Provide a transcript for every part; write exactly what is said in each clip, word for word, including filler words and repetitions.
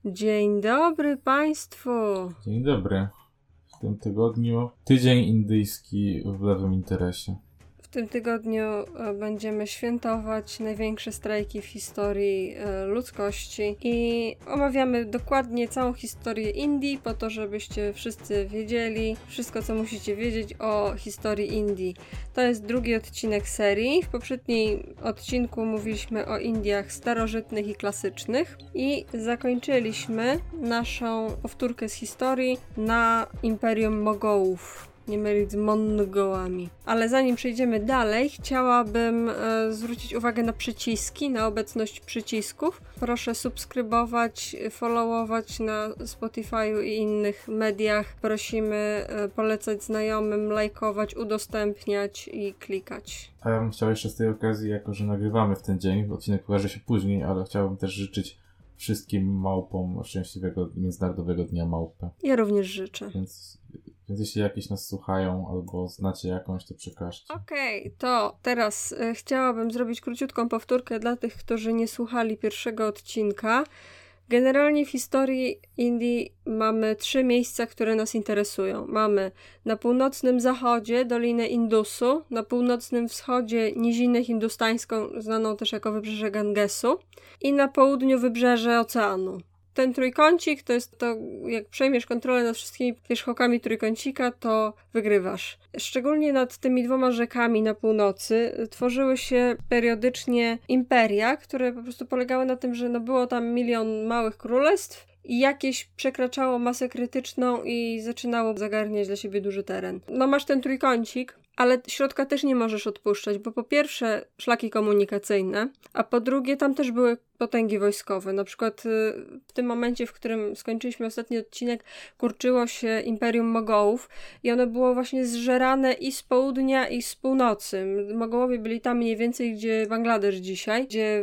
Dzień dobry Państwu. Dzień dobry. W tym tygodniu tydzień indyjski w lewym interesie. W tym tygodniu będziemy świętować największe strajki w historii ludzkości i omawiamy dokładnie całą historię Indii po to, żebyście wszyscy wiedzieli wszystko, co musicie wiedzieć o historii Indii. To jest drugi odcinek serii. W poprzednim odcinku mówiliśmy o Indiach starożytnych i klasycznych i zakończyliśmy naszą powtórkę z historii na Imperium Mogołów. Nie mylić z Mongołami. Ale zanim przejdziemy dalej, chciałabym e, zwrócić uwagę na przyciski, na obecność przycisków. Proszę subskrybować, followować na Spotify'u i innych mediach. Prosimy e, polecać znajomym, lajkować, udostępniać i klikać. A ja bym chciał jeszcze z tej okazji, jako że nagrywamy w ten dzień, odcinek ukaże się później, ale chciałbym też życzyć wszystkim małpom szczęśliwego Międzynarodowego Dnia Małpy. Ja również życzę. Więc... Więc jeśli jakieś nas słuchają albo znacie jakąś, to przekażcie. Okej, okay, to teraz y, chciałabym zrobić króciutką powtórkę dla tych, którzy nie słuchali pierwszego odcinka. Generalnie w historii Indii mamy trzy miejsca, które nas interesują. Mamy na północnym zachodzie Dolinę Indusu, na północnym wschodzie Nizinę Hindustańską, znaną też jako Wybrzeże Gangesu i na południu Wybrzeże Oceanu. Ten trójkącik to jest to, jak przejmiesz kontrolę nad wszystkimi wierzchołkami trójkącika, to wygrywasz. Szczególnie nad tymi dwoma rzekami na północy tworzyły się periodycznie imperia, które po prostu polegały na tym, że no było tam milion małych królestw i jakieś przekraczało masę krytyczną i zaczynało zagarniać dla siebie duży teren. No masz ten trójkącik, ale środka też nie możesz odpuszczać, bo po pierwsze szlaki komunikacyjne, a po drugie tam też były potęgi wojskowe. Na przykład w tym momencie, w którym skończyliśmy ostatni odcinek, kurczyło się Imperium Mogołów i ono było właśnie zżerane i z południa, i z północy. Mogołowie byli tam mniej więcej, gdzie Bangladesz dzisiaj, gdzie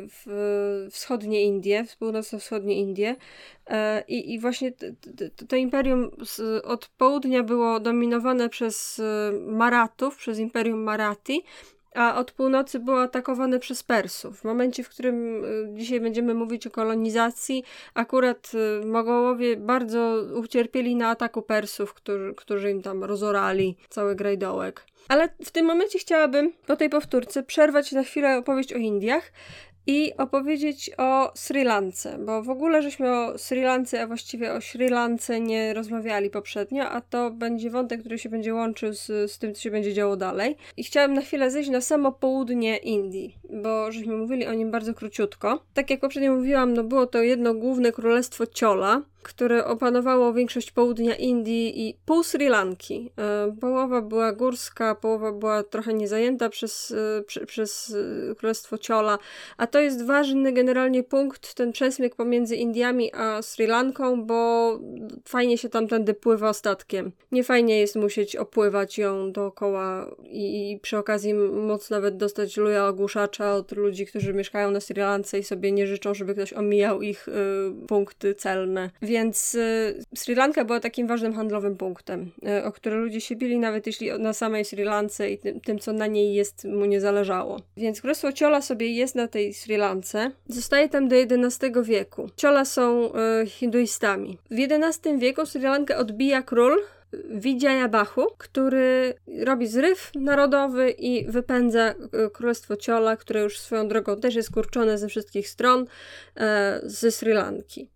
w wschodnie Indie, w północno-wschodnie Indie. I, i właśnie to imperium z, od południa było dominowane przez Maratów, przez Imperium Marathi, a od północy było atakowane przez Persów. W momencie, w którym dzisiaj będziemy mówić o kolonizacji, akurat Mogołowie bardzo ucierpieli na ataku Persów, którzy, którzy im tam rozorali cały grajdołek. Ale w tym momencie chciałabym po tej powtórce przerwać na chwilę opowieść o Indiach i opowiedzieć o Sri Lance, bo w ogóle żeśmy o Sri Lance, a właściwie o Sri Lance nie rozmawiali poprzednio, a to będzie wątek, który się będzie łączył z, z tym, co się będzie działo dalej. I chciałam na chwilę zejść na samo południe Indii, bo żeśmy mówili o nim bardzo króciutko. Tak jak poprzednio mówiłam, no było to jedno główne królestwo Chola, które opanowało większość południa Indii i pół Sri Lanki. Połowa była górska, połowa była trochę niezajęta przez, przy, przez królestwo Chola, a to jest ważny generalnie punkt, ten przesmyk pomiędzy Indiami a Sri Lanką, bo fajnie się tamtędy pływa statkiem. Nie fajnie jest musieć opływać ją dookoła i, i przy okazji móc nawet dostać luja ogłuszacza od ludzi, którzy mieszkają na Sri Lance i sobie nie życzą, żeby ktoś omijał ich y, punkty celne. Więc y, Sri Lanka była takim ważnym handlowym punktem, y, o który ludzie się bili, nawet jeśli na samej Sri Lance i tym, tym, co na niej jest, mu nie zależało. Więc królestwo Chola sobie jest na tej Sri Lance. Zostaje tam do jedenastego wieku. Chola są y, hinduistami. W jedenastym wieku Sri Lankę odbija król Wijayabahu, który robi zryw narodowy i wypędza królestwo Chola, które już swoją drogą też jest kurczone ze wszystkich stron, y, ze Sri Lanki.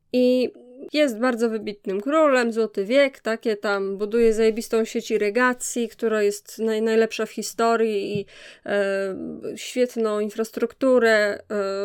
I jest bardzo wybitnym królem, złoty wiek, takie tam buduje zajebistą sieć irygacji, która jest naj, najlepsza w historii i e, świetną infrastrukturę e,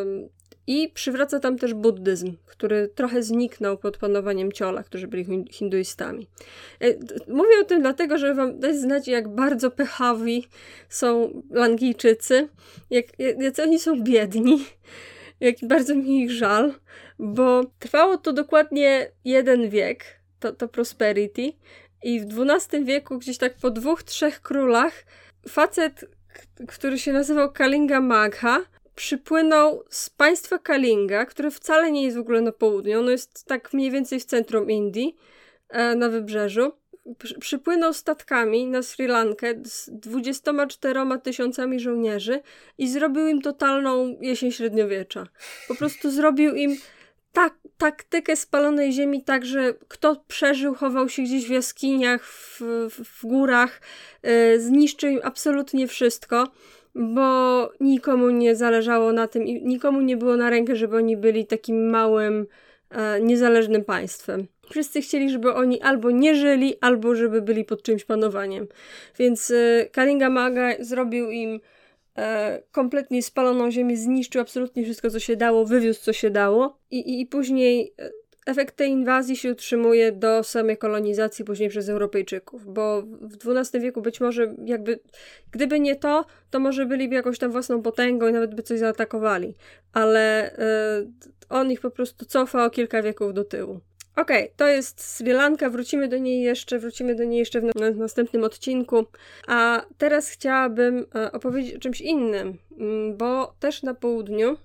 i przywraca tam też buddyzm, który trochę zniknął pod panowaniem Chola, którzy byli hinduistami. E, mówię o tym dlatego, żeby wam dać znać, jak bardzo pychawi są Lankijczycy, jak, jak oni są biedni, jak bardzo mi ich żal, bo trwało to dokładnie jeden wiek, to, to prosperity, i w dwunastym wieku, gdzieś tak po dwóch, trzech królach, facet, k- który się nazywał Kalinga Magha, przypłynął z państwa Kalinga, które wcale nie jest w ogóle na południu, ono jest tak mniej więcej w centrum Indii, e, na wybrzeżu. Przy, przypłynął statkami na Sri Lankę z dwudziestoma czteroma tysiącami żołnierzy i zrobił im totalną jesień średniowiecza. Po prostu zrobił im tak, taktykę spalonej ziemi, tak, że kto przeżył, chował się gdzieś w jaskiniach, w, w, w górach, yy, zniszczył im absolutnie wszystko, bo nikomu nie zależało na tym i nikomu nie było na rękę, żeby oni byli takim małym, yy, niezależnym państwem. Wszyscy chcieli, żeby oni albo nie żyli, albo żeby byli pod czymś panowaniem. Więc yy, Kalinga Maga zrobił im E, kompletnie spaloną ziemię, zniszczył absolutnie wszystko, co się dało, wywiózł, co się dało i, i, i później efekt tej inwazji się utrzymuje do samej kolonizacji później przez Europejczyków, bo w dwunastym wieku być może jakby, gdyby nie to, to może byliby jakąś tam własną potęgą i nawet by coś zaatakowali, ale e, on ich po prostu cofa o kilka wieków do tyłu. Okej, okay, to jest Sri Lanka, wrócimy do niej jeszcze, wrócimy do niej jeszcze w na- następnym odcinku, a teraz chciałabym e, opowiedzieć o czymś innym, m, bo też na południu,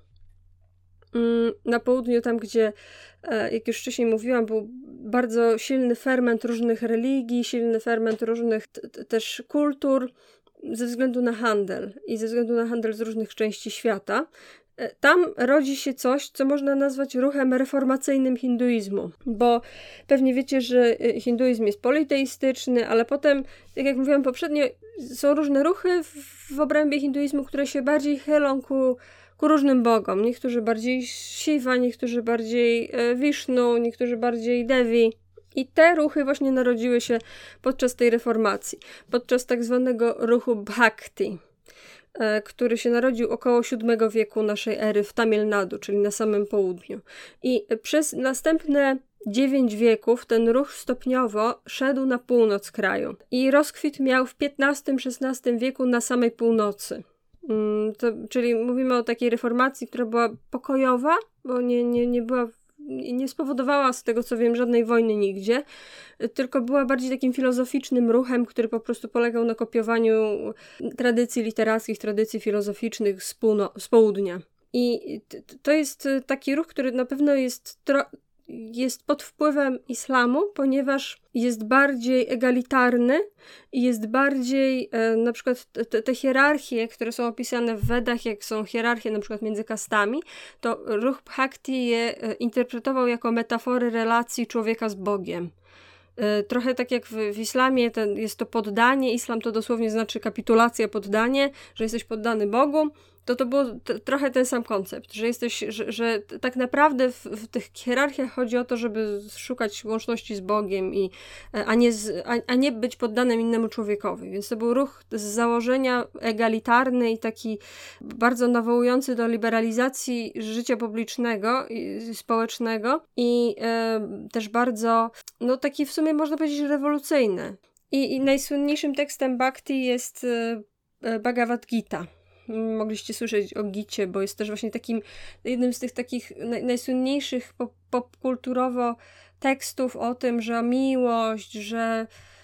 m, na południu tam, gdzie, e, jak już wcześniej mówiłam, był bardzo silny ferment różnych religii, silny ferment różnych t- t- też kultur, ze względu na handel i ze względu na handel z różnych części świata. Tam rodzi się coś, co można nazwać ruchem reformacyjnym hinduizmu, bo pewnie wiecie, że hinduizm jest politeistyczny, ale potem, tak jak mówiłam poprzednio, są różne ruchy w, w obrębie hinduizmu, które się bardziej chylą ku, ku różnym bogom. Niektórzy bardziej Shiva, niektórzy bardziej Vishnu, niektórzy bardziej Devi. I te ruchy właśnie narodziły się podczas tej reformacji, podczas tak zwanego ruchu Bhakti, który się narodził około siódmego wieku naszej ery w Tamil Nadu, czyli na samym południu. I przez następne dziewięć wieków ten ruch stopniowo szedł na północ kraju. I rozkwit miał w piętnastym szesnastym wieku na samej północy. To, czyli mówimy o takiej reformacji, która była pokojowa, bo nie, nie, nie była nie spowodowała, z tego co wiem, żadnej wojny nigdzie, tylko była bardziej takim filozoficznym ruchem, który po prostu polegał na kopiowaniu tradycji literackich, tradycji filozoficznych z, półno- z południa. I t- to jest taki ruch, który na pewno jest, tro- jest pod wpływem islamu, ponieważ jest bardziej egalitarny i jest bardziej, e, na przykład te, te hierarchie, które są opisane w Wedach, jak są hierarchie na przykład między kastami, to ruch Bhakti je e, interpretował jako metafory relacji człowieka z Bogiem. E, trochę tak jak w, w islamie ten, jest to poddanie, islam to dosłownie znaczy kapitulacja, poddanie, że jesteś poddany Bogu, to to był t- trochę ten sam koncept, że jesteś, że, że tak naprawdę w, w tych hierarchiach chodzi o to, żeby szukać łączności z Bogiem, i, a, nie z, a, a nie być poddanym innemu człowiekowi. Więc to był ruch z założenia egalitarny i taki bardzo nawołujący do liberalizacji życia publicznego i społecznego i e, też bardzo, no taki w sumie można powiedzieć rewolucyjny. I, i najsłynniejszym tekstem Bhakti jest e, Bhagavad Gita. Mogliście słyszeć o Gicie, bo jest też właśnie takim jednym z tych takich naj, najsłynniejszych pop, popkulturowo tekstów o tym, że miłość, że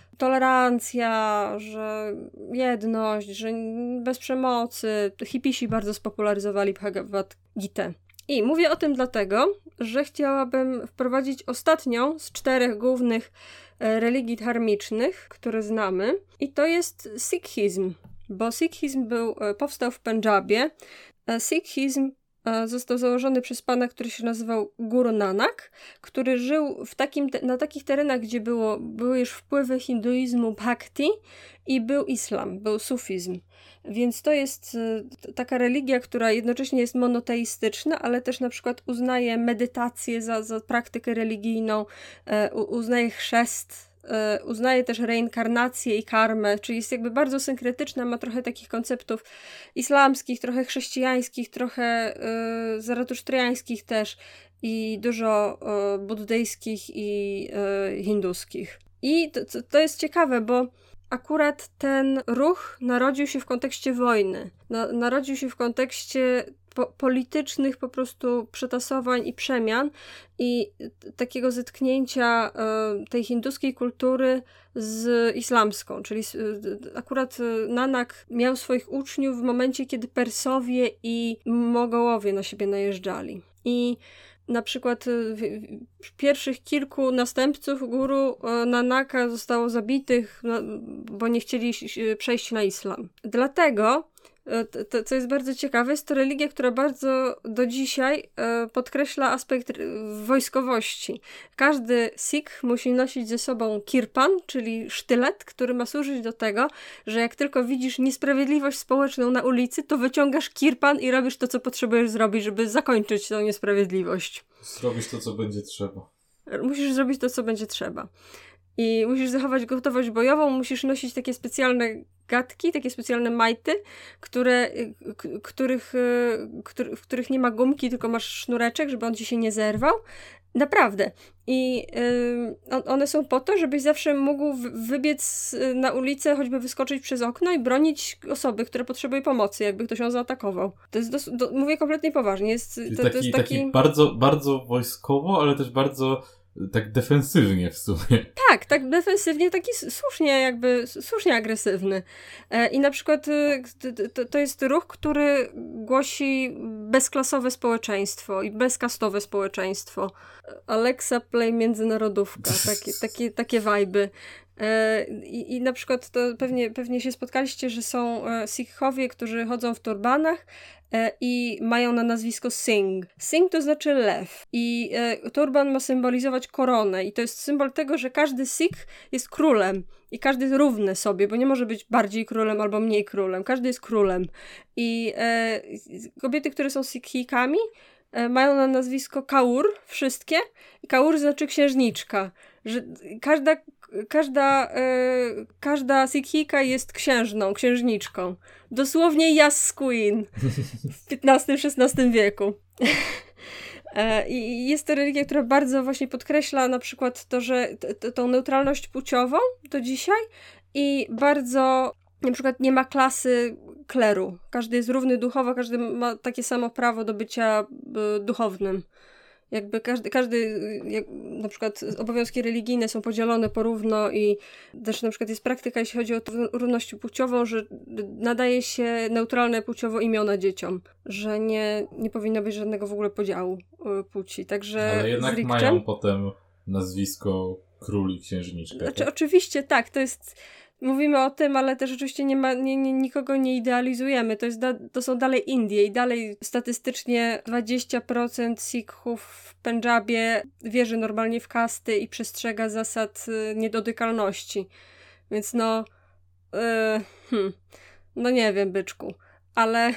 tolerancja, że jedność, że bez przemocy. Hipisi bardzo spopularyzowali Bhagavad Gitę. I mówię o tym dlatego, że chciałabym wprowadzić ostatnią z czterech głównych religii dharmicznych, które znamy, i to jest Sikhizm. Bo Sikhizm był, powstał w Pendżabie. Sikhizm został założony przez pana, który się nazywał Guru Nanak, który żył w takim, na takich terenach, gdzie było, były już wpływy hinduizmu Bhakti i był islam, był sufizm. Więc to jest taka religia, która jednocześnie jest monoteistyczna, ale też na przykład uznaje medytację za, za praktykę religijną, uznaje chrzest, uznaje też reinkarnację i karmę, czyli jest jakby bardzo synkretyczna, ma trochę takich konceptów islamskich, trochę chrześcijańskich, trochę y, zaratusztriańskich też i dużo y, buddyjskich i y, hinduskich. I to, to jest ciekawe, bo akurat ten ruch narodził się w kontekście wojny. Na, narodził się w kontekście po, politycznych po prostu przetasowań i przemian i t- takiego zetknięcia y, tej hinduskiej kultury z islamską. Czyli y, akurat y, Nanak miał swoich uczniów w momencie, kiedy Persowie i Mogołowie na siebie najeżdżali. I na przykład pierwszych kilku następców guru Nanaka zostało zabitych, bo nie chcieli przejść na islam. Dlatego to, co jest bardzo ciekawe, jest to religia, która bardzo do dzisiaj e, podkreśla aspekt wojskowości. Każdy Sikh musi nosić ze sobą kirpan, czyli sztylet, który ma służyć do tego, że jak tylko widzisz niesprawiedliwość społeczną na ulicy, to wyciągasz kirpan i robisz to, co potrzebujesz zrobić, żeby zakończyć tę niesprawiedliwość. Zrobisz to, co będzie trzeba. Musisz zrobić to, co będzie trzeba. I musisz zachować gotowość bojową, musisz nosić takie specjalne gadki, takie specjalne majty, które, k- których, który, w których nie ma gumki, tylko masz sznureczek, żeby on ci się nie zerwał. Naprawdę. I y, one są po to, żebyś zawsze mógł w- wybiec na ulicę, choćby wyskoczyć przez okno i bronić osoby, które potrzebuje pomocy, jakby ktoś ją zaatakował. To jest, dos- do, mówię kompletnie poważnie. Jest, to, taki, to jest taki... taki bardzo, bardzo wojskowo, ale też bardzo tak defensywnie w sumie. Tak, tak defensywnie, taki słusznie jakby, słusznie agresywny. E, I na przykład e, to, to jest ruch, który głosi bezklasowe społeczeństwo i bezkastowe społeczeństwo. Alexa Play międzynarodówka, takie, takie, takie wajby. I, I na przykład to pewnie, pewnie się spotkaliście, że są Sikhowie, którzy chodzą w turbanach i mają na nazwisko Singh. Singh to znaczy lew i turban ma symbolizować koronę i to jest symbol tego, że każdy Sikh jest królem i każdy jest równy sobie, bo nie może być bardziej królem albo mniej królem. Każdy jest królem. I e, kobiety, które są Sikhikami, e, mają na nazwisko Kaur, wszystkie. I Kaur znaczy księżniczka. Że każda Każda, e, każda Sikhika jest księżną, księżniczką. Dosłownie Yas Queen w piętnastym szesnastym wieku. e, I jest to religia, która bardzo właśnie podkreśla na przykład to, że t- t- tą neutralność płciową do dzisiaj i bardzo na przykład nie ma klasy kleru. Każdy jest równy duchowo, każdy ma takie samo prawo do bycia e, duchownym. Jakby każdy, każdy jak, na przykład obowiązki religijne są podzielone porówno i też na przykład jest praktyka, jeśli chodzi o równość płciową, że nadaje się neutralne płciowo imiona dzieciom, że nie, nie powinno być żadnego w ogóle podziału płci. Także ale jednak z Rikczem, mają potem nazwisko król i księżniczka. Znaczy tak? oczywiście tak, to jest... Mówimy o tym, ale też oczywiście nie ma, nie, nie, nikogo nie idealizujemy. To, jest da, to są dalej Indie i dalej statystycznie dwadzieścia procent Sikhów w Pendżabie wierzy normalnie w kasty i przestrzega zasad y, niedotykalności. Więc no, y, hmm, no nie wiem, byczku. Ale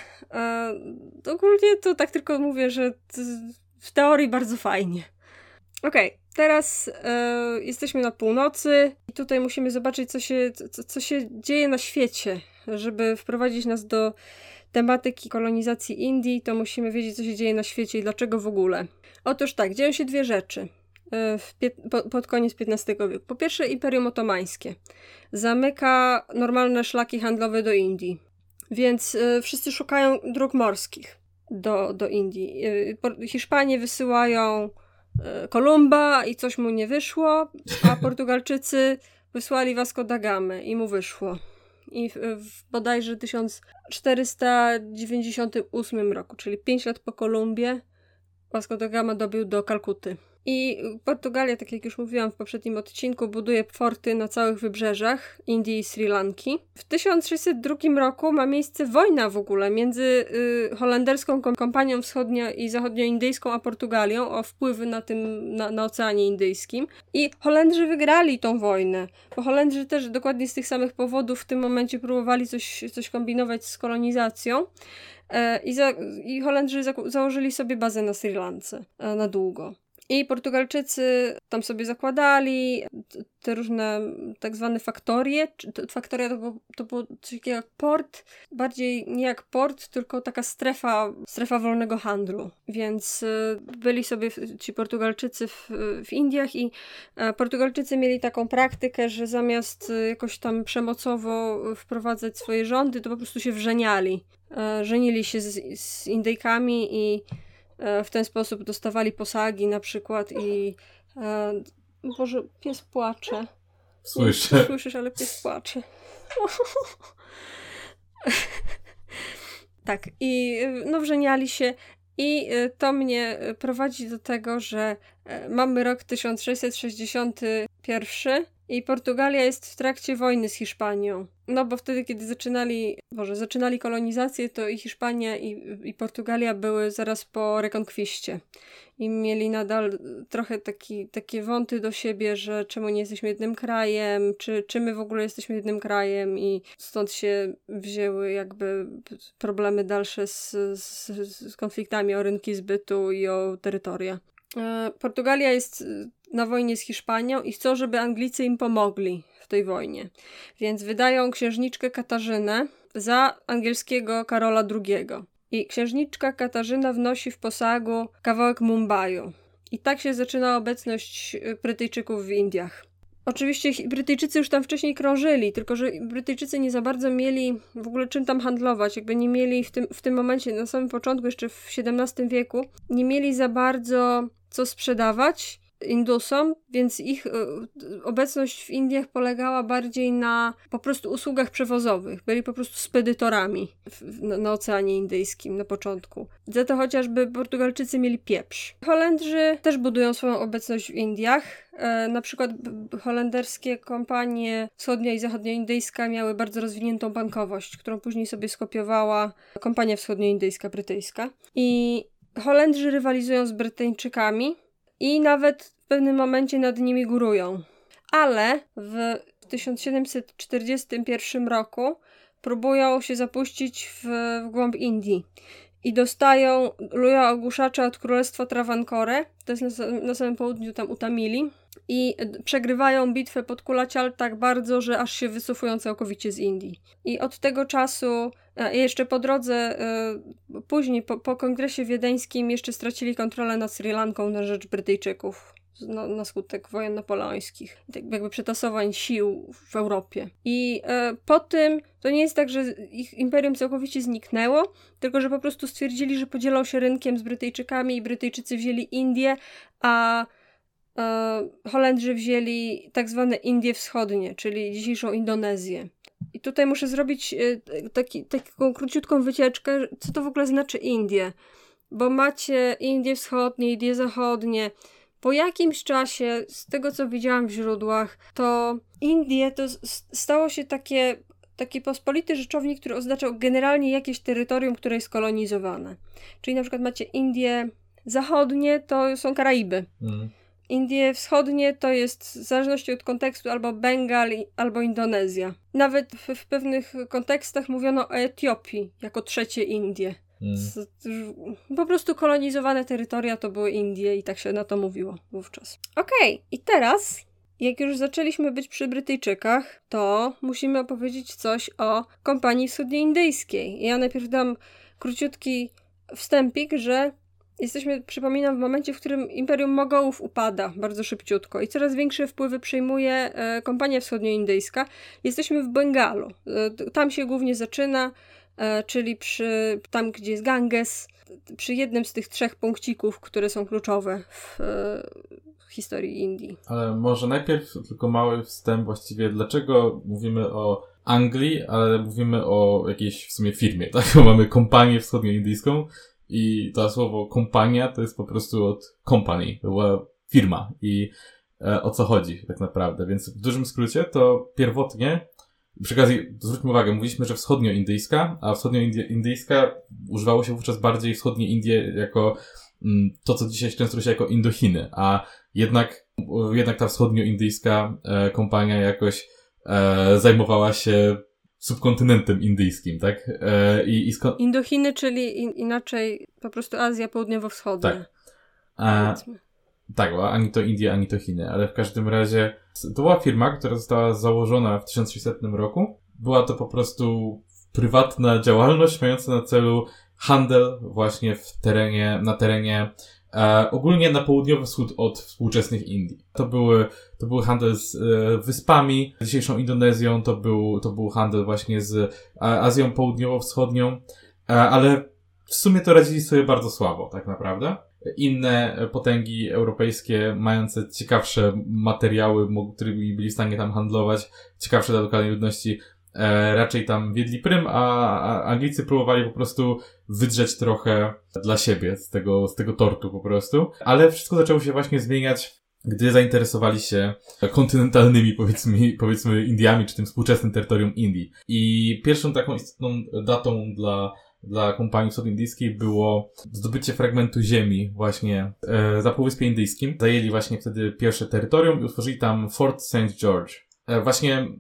y, ogólnie to tak tylko mówię, że t, w teorii bardzo fajnie. Okej, okay, teraz e, jesteśmy na północy i tutaj musimy zobaczyć, co się, co, co się dzieje na świecie. Żeby wprowadzić nas do tematyki kolonizacji Indii, to musimy wiedzieć, co się dzieje na świecie i dlaczego w ogóle. Otóż tak, dzieją się dwie rzeczy e, w pie- po, pod koniec piętnastego wieku. Po pierwsze, Imperium Otomańskie zamyka normalne szlaki handlowe do Indii, więc e, wszyscy szukają dróg morskich do, do Indii. E, Hiszpanie wysyłają Kolumba i coś mu nie wyszło, a Portugalczycy wysłali Vasco da Gamę i mu wyszło. I w, w bodajże tysiąc czterysta dziewięćdziesiątym ósmym roku, czyli pięć lat po Kolumbie, Vasco da Gama dobił do Kalkuty. I Portugalia, tak jak już mówiłam w poprzednim odcinku, buduje forty na całych wybrzeżach Indii i Sri Lanki. W tysiąc sześćset drugim roku ma miejsce wojna w ogóle między y, holenderską kompanią wschodnio- i zachodnioindyjską a Portugalią o wpływy na tym, na, na Oceanie Indyjskim. I Holendrzy wygrali tą wojnę, bo Holendrzy też dokładnie z tych samych powodów w tym momencie próbowali coś, coś kombinować z kolonizacją. E, i, za, I Holendrzy za, założyli sobie bazę na Sri Lance e, na długo. I Portugalczycy tam sobie zakładali te różne tak zwane faktorie. Faktoria to było, to było coś takiego jak port, bardziej nie jak port, tylko taka strefa, strefa wolnego handlu. Więc byli sobie ci Portugalczycy w, w Indiach i Portugalczycy mieli taką praktykę, że zamiast jakoś tam przemocowo wprowadzać swoje rządy, to po prostu się wrzeniali. Żenili się z, z Indyjkami i w ten sposób dostawali posagi na przykład i e, Boże, pies płacze. Słyszę. Nie, słyszysz, ale pies płacze. Tak, i no wrzeniali się i to mnie prowadzi do tego, że mamy rok tysiąc sześćset sześćdziesiąty pierwszy i Portugalia jest w trakcie wojny z Hiszpanią. No bo wtedy, kiedy zaczynali, może zaczynali kolonizację, to i Hiszpania i, i Portugalia były zaraz po rekonkwiście. I mieli nadal trochę taki, takie wąty do siebie, że czemu nie jesteśmy jednym krajem, czy, czy my w ogóle jesteśmy jednym krajem i stąd się wzięły jakby problemy dalsze z, z, z konfliktami o rynki zbytu i o terytoria. Portugalia jest na wojnie z Hiszpanią i chcą, żeby Anglicy im pomogli w tej wojnie. Więc wydają księżniczkę Katarzynę za angielskiego Karola drugiego. I księżniczka Katarzyna wnosi w posagu kawałek Mumbaiu. I tak się zaczyna obecność Brytyjczyków w Indiach. Oczywiście Brytyjczycy już tam wcześniej krążyli, tylko że Brytyjczycy nie za bardzo mieli w ogóle czym tam handlować. Jakby nie mieli w tym, w tym momencie, na samym początku, jeszcze w siedemnastym wieku, nie mieli za bardzo co sprzedawać Indusom, więc ich y, obecność w Indiach polegała bardziej na po prostu usługach przewozowych. Byli po prostu spedytorami w, na, na Oceanie Indyjskim na początku. Za to chociażby Portugalczycy mieli pieprz. Holendrzy też budują swoją obecność w Indiach. E, na przykład holenderskie kompanie wschodnio- i zachodnioindyjska miały bardzo rozwiniętą bankowość, którą później sobie skopiowała kompania wschodnioindyjska brytyjska. I Holendrzy rywalizują z Brytyjczykami i nawet w pewnym momencie nad nimi górują. Ale w tysiąc siedemset czterdziestym pierwszym roku próbują się zapuścić w, w głąb Indii i dostają luja ogłuszacza od królestwa Travancore, to jest na, na samym południu tam u Tamili, i przegrywają bitwę pod Kulacial tak bardzo, że aż się wycofują całkowicie z Indii. I od tego czasu, a jeszcze po drodze, y, później po, po kongresie wiedeńskim jeszcze stracili kontrolę nad Sri Lanką na rzecz Brytyjczyków na, na skutek wojen napoleońskich, tak jakby przetasowań sił w Europie. I y, po tym to nie jest tak, że ich imperium całkowicie zniknęło, tylko że po prostu stwierdzili, że podzielą się rynkiem z Brytyjczykami i Brytyjczycy wzięli Indię, a Holendrzy wzięli tak zwane Indie Wschodnie, czyli dzisiejszą Indonezję. I tutaj muszę zrobić taki, taką króciutką wycieczkę, co to w ogóle znaczy Indie. Bo macie Indie Wschodnie, Indie Zachodnie. Po jakimś czasie, z tego co widziałam w źródłach, to Indie to stało się takie, taki pospolity rzeczownik, który oznaczał generalnie jakieś terytorium, które jest kolonizowane. Czyli na przykład macie Indie Zachodnie, to są Karaiby. Mm. Indie Wschodnie to jest w zależności od kontekstu albo Bengal, albo Indonezja. Nawet w, w pewnych kontekstach mówiono o Etiopii jako trzecie Indie. Mm. Z, po prostu kolonizowane terytoria to były Indie i tak się na to mówiło wówczas. Okej, okay. I teraz, jak już zaczęliśmy być przy Brytyjczykach, to musimy opowiedzieć coś o kompanii wschodnioindyjskiej. Ja najpierw dam króciutki wstępik, że jesteśmy, przypominam, w momencie, w którym Imperium Mogołów upada bardzo szybciutko i coraz większe wpływy przejmuje e, kompania wschodnioindyjska. Jesteśmy w Bengalu. E, tam się głównie zaczyna, e, czyli przy, tam, gdzie jest Ganges, przy jednym z tych trzech punkcików, które są kluczowe w, e, w historii Indii. Ale może najpierw tylko mały wstęp właściwie, dlaczego mówimy o Anglii, ale mówimy o jakiejś w sumie firmie, tak? Bo mamy kompanię wschodnioindyjską. I to słowo kompania to jest po prostu od company, to była firma i e, o co chodzi tak naprawdę. Więc w dużym skrócie to pierwotnie, przy okazji zwróćmy uwagę, mówiliśmy, że wschodnioindyjska, a wschodnioindyjska używało się wówczas bardziej wschodnie Indie jako mm, to, co dzisiaj często się jako Indochiny, a jednak, jednak ta wschodnioindyjska e, kompania jakoś e, zajmowała się subkontynentem indyjskim, tak? E, i, i sko- Indochiny, czyli in, inaczej po prostu Azja Południowo-Wschodnia. Tak. A, tak, ani to Indie, ani to Chiny, ale w każdym razie to była firma, która została założona w tysiąc sześćsetnym roku. Była to po prostu prywatna działalność mająca na celu handel właśnie w terenie, na terenie E, ogólnie na południowy wschód od współczesnych Indii. To były, to był handel z e, wyspami, dzisiejszą Indonezją, to był, to był handel właśnie z Azją Południowo-Wschodnią, e, ale w sumie to radzili sobie bardzo słabo, tak naprawdę. Inne potęgi europejskie, mające ciekawsze materiały, którymi byli w stanie tam handlować, ciekawsze dla lokalnej ludności, E, raczej tam wiedli prym, a, a Anglicy próbowali po prostu wydrzeć trochę dla siebie z tego, z tego tortu po prostu. Ale wszystko zaczęło się właśnie zmieniać gdy zainteresowali się kontynentalnymi, powiedzmy, powiedzmy Indiami, czy tym współczesnym terytorium Indii. I pierwszą taką istotną datą dla dla kompanii wschodnioindyjskiej było zdobycie fragmentu ziemi właśnie e, za Półwyspie Indyjskim. Zajęli właśnie wtedy pierwsze terytorium i utworzyli tam Fort Saint George. E, właśnie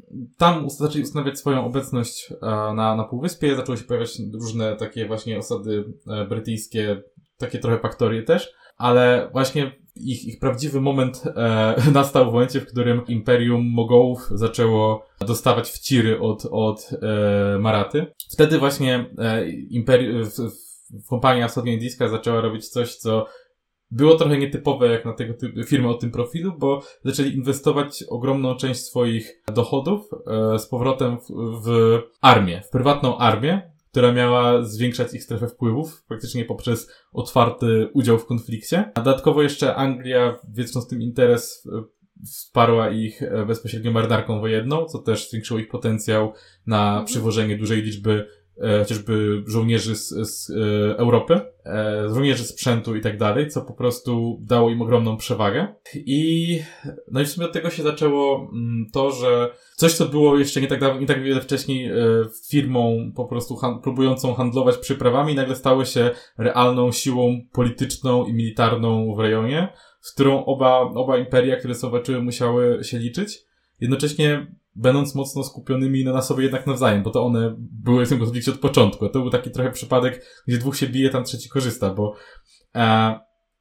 tam zaczęli ustanawiać swoją obecność e, na, na Półwyspie, zaczęły się pojawiać różne takie właśnie osady e, brytyjskie, takie trochę faktorie też, ale właśnie ich, ich prawdziwy moment e, nastał w momencie, w którym Imperium Mogołów zaczęło dostawać wciry od, od e, Maraty. Wtedy właśnie e, imperi- w, w, kompania wschodnioindyjska zaczęła robić coś, co było trochę nietypowe jak na tego typu firmy o tym profilu, bo zaczęli inwestować ogromną część swoich dochodów e, z powrotem w, w armię, w prywatną armię, która miała zwiększać ich strefę wpływów, praktycznie poprzez otwarty udział w konflikcie. A dodatkowo jeszcze Anglia, wiedząc tym interes, wsparła ich bezpośrednio marynarką wojenną, co też zwiększyło ich potencjał na przywożenie dużej liczby e, chociażby żołnierzy z, z e, Europy, e, żołnierzy sprzętu i tak dalej, co po prostu dało im ogromną przewagę. I no i w sumie od tego się zaczęło m, to, że coś, co było jeszcze nie tak dawno, nie tak wiele wcześniej e, firmą po prostu han- próbującą handlować przyprawami, nagle stało się realną siłą polityczną i militarną w rejonie, z którą oba, oba imperia, które sobie walczyły, musiały się liczyć. Jednocześnie będąc mocno skupionymi na sobie jednak nawzajem, bo to one były w tym konflikcie od początku. To był taki trochę przypadek, gdzie dwóch się bije, tam trzeci korzysta, bo e,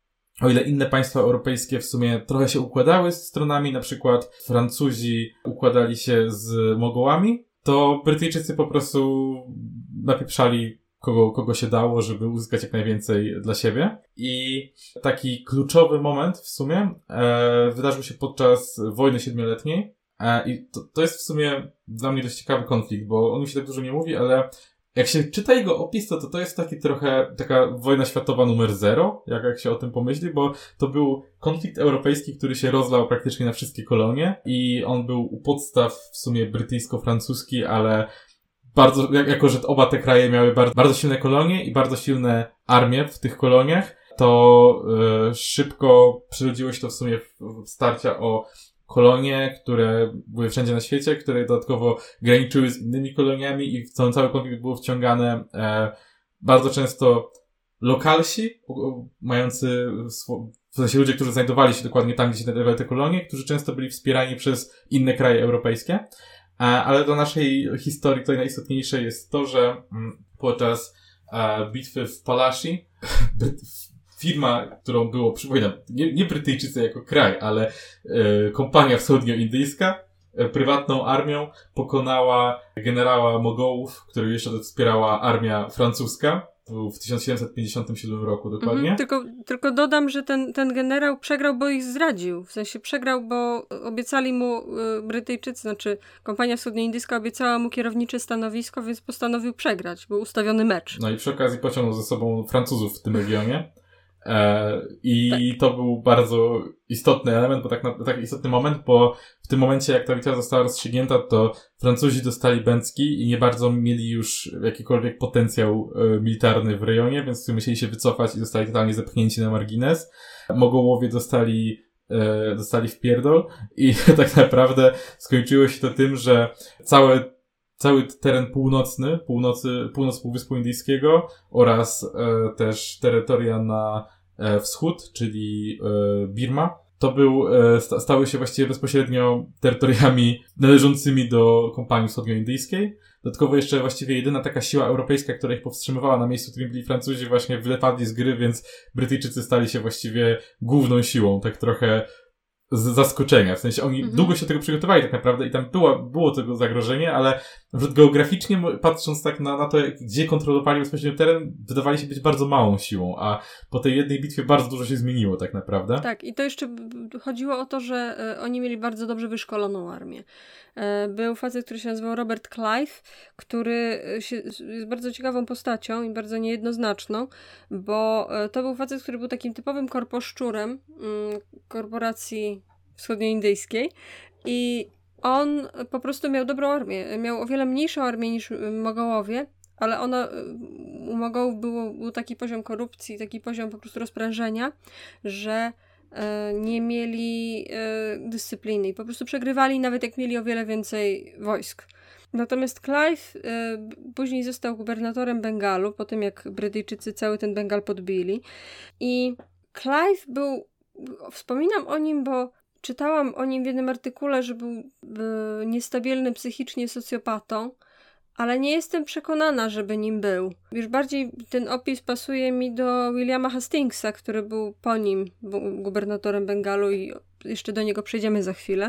o ile inne państwa europejskie w sumie trochę się układały z stronami, na przykład Francuzi układali się z Mogołami, to Brytyjczycy po prostu napieprzali kogo, kogo się dało, żeby uzyskać jak najwięcej dla siebie. I taki kluczowy moment w sumie e, wydarzył się podczas wojny siedmioletniej. E, I to, to jest w sumie dla mnie dość ciekawy konflikt, bo o nim się tak dużo nie mówi, ale jak się czyta jego opis, to to, to jest taki trochę taka wojna światowa numer zero, jak, jak się o tym pomyśli, bo to był konflikt europejski, który się rozlał praktycznie na wszystkie kolonie i on był u podstaw w sumie brytyjsko-francuski, ale bardzo, jako że oba te kraje miały bardzo, bardzo silne kolonie i bardzo silne armie w tych koloniach, to y, szybko przerodziło się to w sumie w, w starcia o kolonie, które były wszędzie na świecie, które dodatkowo graniczyły z innymi koloniami i w cały, cały konflikt było wciągane e, bardzo często lokalsi, o, mający swo, w sensie ludzie, którzy znajdowali się dokładnie tam, gdzie się znajdowały te kolonie, którzy często byli wspierani przez inne kraje europejskie. E, ale do naszej historii tutaj najistotniejsze jest to, że m, podczas e, bitwy w Palashi firma, którą było, przypominam, nie, nie Brytyjczycy jako kraj, ale e, kompania wschodnioindyjska, e, prywatną armią pokonała generała Mogołów, który jeszcze wspierała armia francuska. To był w tysiąc siedemset pięćdziesiątym siódmym roku dokładnie. Mhm, tylko, tylko dodam, że ten, ten generał przegrał, bo ich zdradził. W sensie przegrał, bo obiecali mu y, Brytyjczycy, znaczy kompania wschodnioindyjska obiecała mu kierownicze stanowisko, więc postanowił przegrać. Był ustawiony mecz. No i przy okazji pociągnął ze sobą Francuzów w tym regionie. E, I tak. To był bardzo istotny element, bo tak, na, tak istotny moment, bo w tym momencie, jak ta bitwa została rozstrzygnięta, to Francuzi dostali bęcki i nie bardzo mieli już jakikolwiek potencjał e, militarny w rejonie, więc musieli się wycofać i zostali totalnie zepchnięci na margines. Mogołowie dostali e, dostali w pierdol i tak naprawdę skończyło się to tym, że całe Cały teren północny, północy, północ Półwyspu Indyjskiego oraz e, też terytoria na e, wschód, czyli e, Birma, to był, e, sta, stały się właściwie bezpośrednio terytoriami należącymi do kompanii wschodnioindyjskiej. Dodatkowo jeszcze właściwie jedyna taka siła europejska, która ich powstrzymywała na miejscu, w którym byli Francuzi, właśnie wypadli z gry, więc Brytyjczycy stali się właściwie główną siłą, tak trochę z zaskoczenia. W sensie oni mhm. długo się do tego przygotowali tak naprawdę i tam było, było tego zagrożenie, ale na przykład geograficznie, patrząc tak na, na to, gdzie kontrolowali bezpośrednio teren, wydawali się być bardzo małą siłą, a po tej jednej bitwie bardzo dużo się zmieniło tak naprawdę. Tak, i to jeszcze chodziło o to, że y, oni mieli bardzo dobrze wyszkoloną armię. Y, był facet, który się nazywał Robert Clive, który się, jest bardzo ciekawą postacią i bardzo niejednoznaczną, bo y, to był facet, który był takim typowym korposzczurem y, korporacji wschodnioindyjskiej i on po prostu miał dobrą armię. Miał o wiele mniejszą armię niż Mogołowie, ale ona, u Mogołów było, był taki poziom korupcji, taki poziom po prostu rozprężenia, że e, nie mieli e, dyscypliny i po prostu przegrywali, nawet jak mieli o wiele więcej wojsk. Natomiast Clive e, później został gubernatorem Bengalu, po tym jak Brytyjczycy cały ten Bengal podbili. I Clive był, wspominam o nim, bo czytałam o nim w jednym artykule, że był e, niestabilny psychicznie socjopatą, ale nie jestem przekonana, żeby nim był. Już bardziej ten opis pasuje mi do Williama Hastingsa, który był po nim gubernatorem Bengalu i jeszcze do niego przejdziemy za chwilę.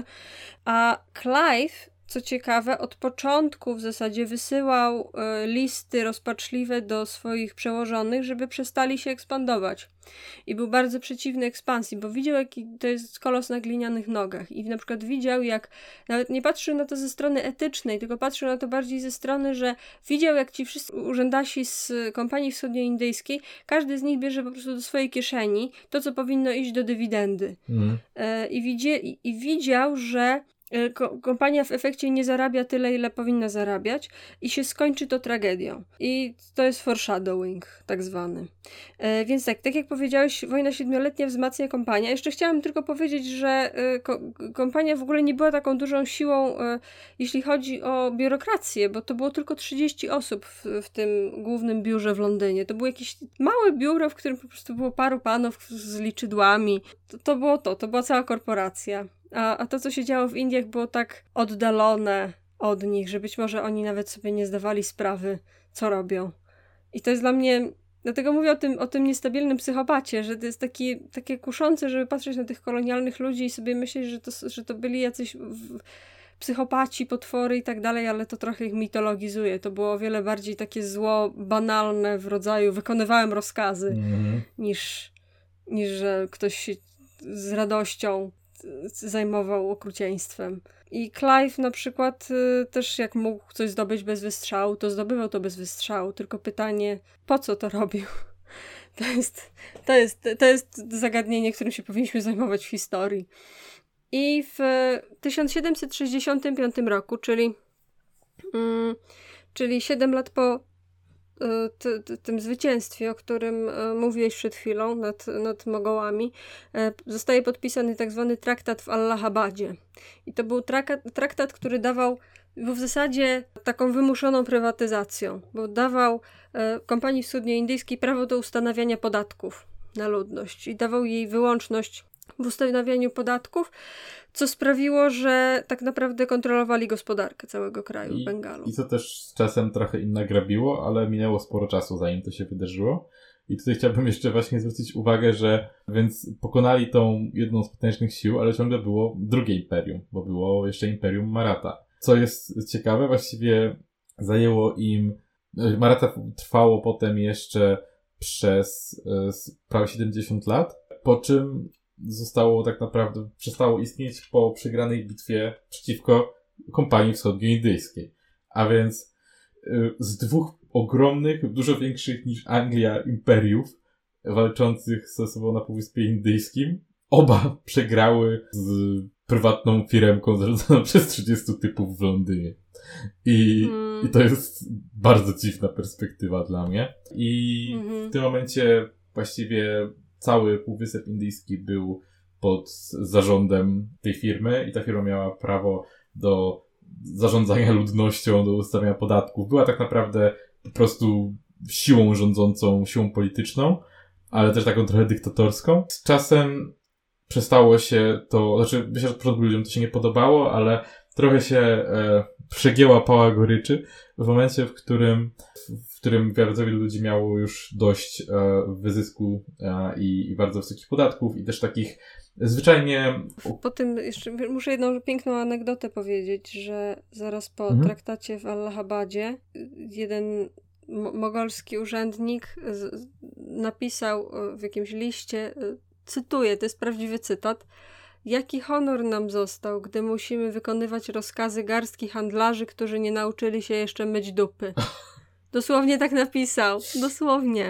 A Clive, co ciekawe, od początku w zasadzie wysyłał y, listy rozpaczliwe do swoich przełożonych, żeby przestali się ekspandować. I był bardzo przeciwny ekspansji, bo widział, jaki to jest kolos na glinianych nogach. I na przykład widział, jak nawet nie patrzył na to ze strony etycznej, tylko patrzył na to bardziej ze strony, że widział, jak ci wszyscy urzędasi z kompanii wschodnioindyjskiej, każdy z nich bierze po prostu do swojej kieszeni to, co powinno iść do dywidendy. Mm. E, i, widzie, i, I widział, że kompania w efekcie nie zarabia tyle, ile powinna zarabiać i się skończy to tragedią. I to jest foreshadowing, tak zwany. E, więc tak, tak jak powiedziałeś, wojna siedmioletnia wzmacnia kompania. Jeszcze chciałam tylko powiedzieć, że e, ko- kompania w ogóle nie była taką dużą siłą, e, jeśli chodzi o biurokrację, bo to było tylko trzydzieści osób w, w tym głównym biurze w Londynie. To było jakieś małe biuro, w którym po prostu było paru panów z liczydłami. To, to było to, to była cała korporacja. A, a to, co się działo w Indiach, było tak oddalone od nich, że być może oni nawet sobie nie zdawali sprawy, co robią. I to jest dla mnie... Dlatego mówię o tym, o tym niestabilnym psychopacie, że to jest taki, takie kuszące, żeby patrzeć na tych kolonialnych ludzi i sobie myśleć, że to, że to byli jacyś w, psychopaci, potwory i tak dalej, ale to trochę ich mitologizuje. To było o wiele bardziej takie zło banalne w rodzaju wykonywałem rozkazy, mm. niż, niż że ktoś się z radością zajmował okrucieństwem. I Clive na przykład y, też jak mógł coś zdobyć bez wystrzału, to zdobywał to bez wystrzału. Tylko pytanie, po co to robił? To jest, to jest, to jest zagadnienie, którym się powinniśmy zajmować w historii. I w tysiąc siedemset sześćdziesiątym piątym roku, czyli, mm, czyli siedem lat po T, t, tym zwycięstwie, o którym e, mówiłeś przed chwilą nad, nad Mogołami, e, zostaje podpisany tak zwany traktat w Allahabadzie. I to był traktat, traktat, który dawał, był w zasadzie taką wymuszoną prywatyzacją, bo dawał e, kompanii wschodnioindyjskiej prawo do ustanawiania podatków na ludność i dawał jej wyłączność w ustanawianiu podatków, co sprawiło, że tak naprawdę kontrolowali gospodarkę całego kraju, I, Bengalu. I co też z czasem trochę im nagrabiło, ale minęło sporo czasu, zanim to się wydarzyło. I tutaj chciałbym jeszcze właśnie zwrócić uwagę, że więc pokonali tą jedną z potężnych sił, ale ciągle było drugie imperium, bo było jeszcze imperium Maratha. Co jest ciekawe, właściwie zajęło im... Maratha trwało potem jeszcze przez e, prawie siedemdziesiąt lat, po czym zostało tak naprawdę, przestało istnieć po przegranej bitwie przeciwko kompanii wschodnioindyjskiej. A więc y, z dwóch ogromnych, dużo większych niż Anglia imperiów walczących ze sobą na Półwyspie Indyjskim, oba przegrały z prywatną firemką zarządzaną przez trzydziestu typów w Londynie. I, hmm. i to jest bardzo dziwna perspektywa dla mnie. I hmm. w tym momencie właściwie cały Półwysep Indyjski był pod zarządem tej firmy i ta firma miała prawo do zarządzania ludnością, do ustawiania podatków. Była tak naprawdę po prostu siłą rządzącą, siłą polityczną, ale też taką trochę dyktatorską. Z czasem przestało się to, znaczy myślę, że początku ludziom to się nie podobało, ale trochę się e, przegięła pała goryczy w momencie, w którym w którym bardzo wielu ludzi miało już dość e, wyzysku e, i, i bardzo wysokich podatków i też takich zwyczajnie... Po tym jeszcze muszę jedną piękną anegdotę powiedzieć, że zaraz po mhm. traktacie w Allahabadzie jeden mo- mogolski urzędnik z, napisał w jakimś liście, cytuję, to jest prawdziwy cytat: jaki honor nam został, gdy musimy wykonywać rozkazy garstki handlarzy, którzy nie nauczyli się jeszcze myć dupy. Dosłownie tak napisał. Dosłownie.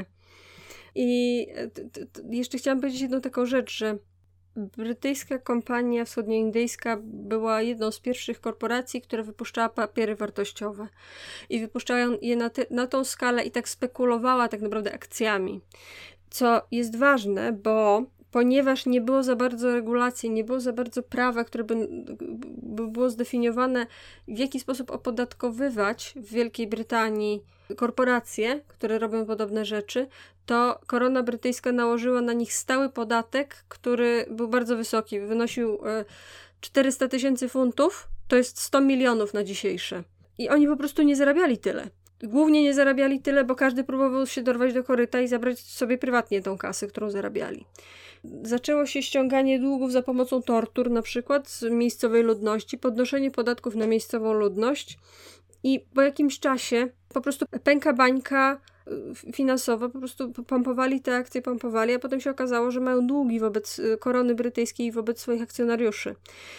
I t- t- jeszcze chciałam powiedzieć jedną taką rzecz, że brytyjska kompania wschodnioindyjska była jedną z pierwszych korporacji, która wypuszczała papiery wartościowe. I wypuszczała je na, te, na tą skalę i tak spekulowała tak naprawdę akcjami. Co jest ważne, bo ponieważ nie było za bardzo regulacji, nie było za bardzo prawa, które by, by było zdefiniowane, w jaki sposób opodatkowywać w Wielkiej Brytanii korporacje, które robią podobne rzeczy, to korona brytyjska nałożyła na nich stały podatek, który był bardzo wysoki. Wynosił czterysta tysięcy funtów, to jest sto milionów na dzisiejsze. I oni po prostu nie zarabiali tyle. Głównie nie zarabiali tyle, bo każdy próbował się dorwać do koryta i zabrać sobie prywatnie tą kasę, którą zarabiali. Zaczęło się ściąganie długów za pomocą tortur, na przykład z miejscowej ludności, podnoszenie podatków na miejscową ludność i po jakimś czasie po prostu pęka bańka finansowa, po prostu pompowali te akcje, pompowali, a potem się okazało, że mają długi wobec korony brytyjskiej i wobec swoich akcjonariuszy.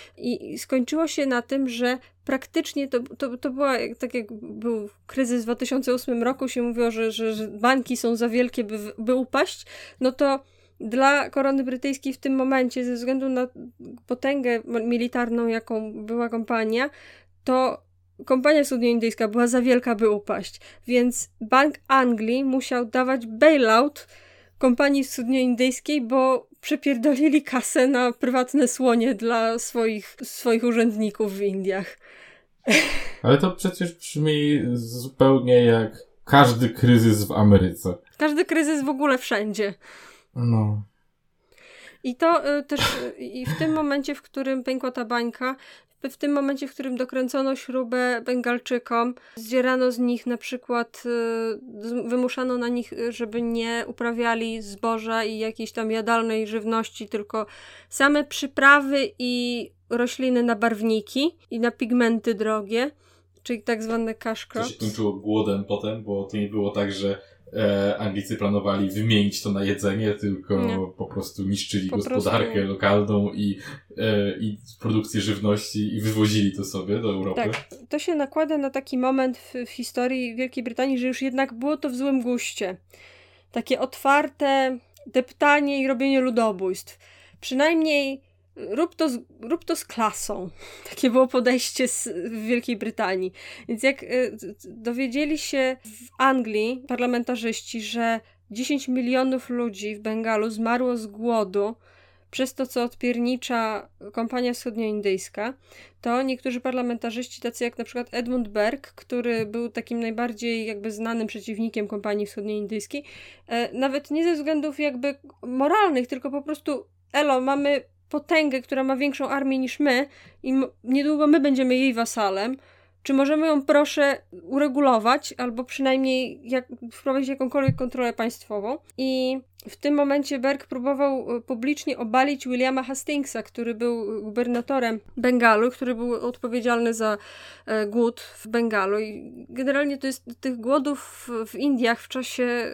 I skończyło się na tym, że praktycznie to, to, to była, tak jak był kryzys w dwa tysiące ósmym roku, się mówiło, że, że, że banki są za wielkie, by, by upaść, no to dla korony brytyjskiej w tym momencie, ze względu na potęgę militarną, jaką była kompania, to kompania wschodnioindyjska była za wielka, by upaść. Więc Bank Anglii musiał dawać bailout kompanii wschodnioindyjskiej, bo przepierdolili kasę na prywatne słonie dla swoich, swoich urzędników w Indiach. Ale to przecież brzmi zupełnie jak każdy kryzys w Ameryce. Każdy kryzys w ogóle wszędzie. No. I to y, też y, i w tym momencie, w którym pękła ta bańka, w tym momencie, w którym dokręcono śrubę Bengalczykom, zdzierano z nich na przykład, y, wymuszano na nich, żeby nie uprawiali zboża i jakiejś tam jadalnej żywności, tylko same przyprawy i rośliny na barwniki i na pigmenty drogie, czyli tak zwane cash crops. To się kończyło głodem potem, bo to nie było tak, że e, Anglicy planowali wymienić to na jedzenie, tylko nie. po prostu niszczyli po gospodarkę prostu... lokalną i, e, i produkcję żywności i wywozili to sobie do Europy. Tak, to się nakłada na taki moment w, w historii Wielkiej Brytanii, że już jednak było to w złym guście. Takie otwarte deptanie i robienie ludobójstw. Przynajmniej Rób to, z, rób to z klasą. Takie było podejście z, w Wielkiej Brytanii. Więc jak y, dowiedzieli się w Anglii parlamentarzyści, że dziesięć milionów ludzi w Bengalu zmarło z głodu przez to, co odpiernicza kompania wschodnioindyjska, to niektórzy parlamentarzyści, tacy jak na przykład Edmund Burke, który był takim najbardziej jakby znanym przeciwnikiem kompanii wschodnioindyjskiej, e, nawet nie ze względów jakby moralnych, tylko po prostu elo, mamy potęgę, która ma większą armię niż my i m- niedługo my będziemy jej wasalem. Czy możemy ją proszę uregulować, albo przynajmniej jak, wprowadzić jakąkolwiek kontrolę państwową? I w tym momencie Burke próbował publicznie obalić Williama Hastingsa, który był gubernatorem Bengalu, który był odpowiedzialny za e, głód w Bengalu. I generalnie to jest tych głodów w, w Indiach w czasie e,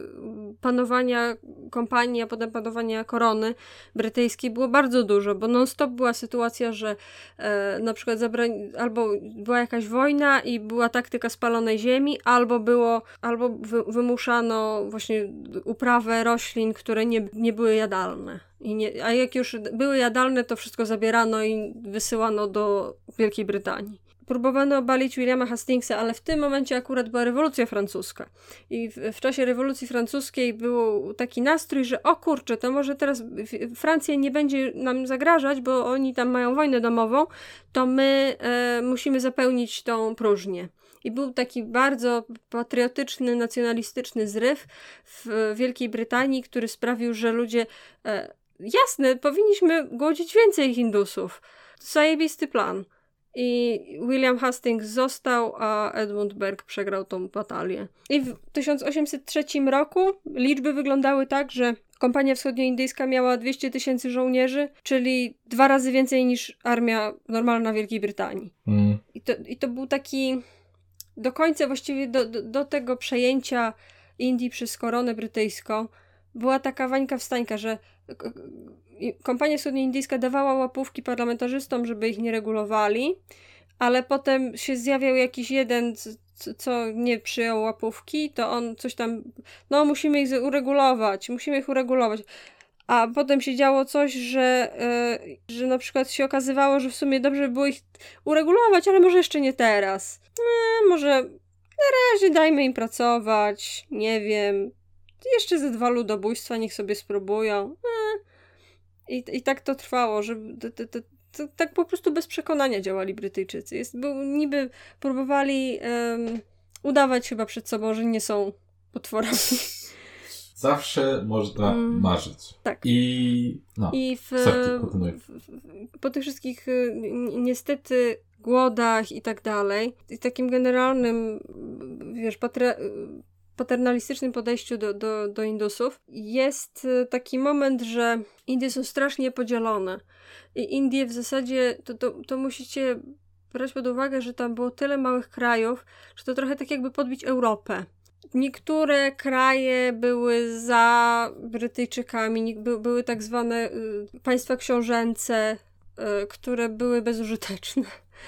panowania kompanii, a potem panowania korony brytyjskiej było bardzo dużo, bo non-stop była sytuacja, że e, na przykład zabrań- albo była jakaś wojna i była taktyka spalonej ziemi, albo było, albo wy- wymuszano właśnie uprawę roślin, które nie, nie były jadalne. I nie, a jak już były jadalne, to wszystko zabierano i wysyłano do Wielkiej Brytanii. Próbowano obalić Williama Hastingsa, ale w tym momencie akurat była rewolucja francuska. I w, w czasie rewolucji francuskiej był taki nastrój, że o kurczę, to może teraz Francja nie będzie nam zagrażać, bo oni tam mają wojnę domową, to my e, musimy zapełnić tą próżnię. I był taki bardzo patriotyczny, nacjonalistyczny zryw w Wielkiej Brytanii, który sprawił, że ludzie e, jasne, powinniśmy głodzić więcej Hindusów. Zajebisty plan. I William Hastings został, a Edmund Burke przegrał tą batalię. I w tysiąc osiemset trzecim roku liczby wyglądały tak, że kompania wschodnioindyjska miała dwieście tysięcy żołnierzy, czyli dwa razy więcej niż armia normalna Wielkiej Brytanii. Mm. I, to, I to był taki... Do końca właściwie do, do, do tego przejęcia Indii przez koronę brytyjską była taka wańka wstańka, że kompania wschodnioindyjska dawała łapówki parlamentarzystom, żeby ich nie regulowali, ale potem się zjawiał jakiś jeden, co nie przyjął łapówki, to on coś tam, no musimy ich uregulować, musimy ich uregulować. A potem się działo coś, że, yy, że na przykład się okazywało, że w sumie dobrze by było ich uregulować, ale może jeszcze nie teraz. Eee, może na razie dajmy im pracować, nie wiem. Jeszcze ze dwa ludobójstwa niech sobie spróbują. Eee. I, i tak to trwało, że to, to, to, to, tak po prostu bez przekonania działali Brytyjczycy. Jest, był, niby próbowali um, udawać chyba przed sobą, że nie są potworami. Zawsze można mm, marzyć. Tak. I no, I w, w, w, po tych wszystkich niestety głodach i tak dalej, i takim generalnym, wiesz, patry, paternalistycznym podejściu do, do, do Indusów, jest taki moment, że Indie są strasznie podzielone. I Indie w zasadzie, to, to, to musicie brać pod uwagę, że tam było tyle małych krajów, że to trochę tak jakby podbić Europę. Niektóre kraje były za Brytyjczykami, by, były tak zwane y, państwa książęce, y, które były bezużyteczne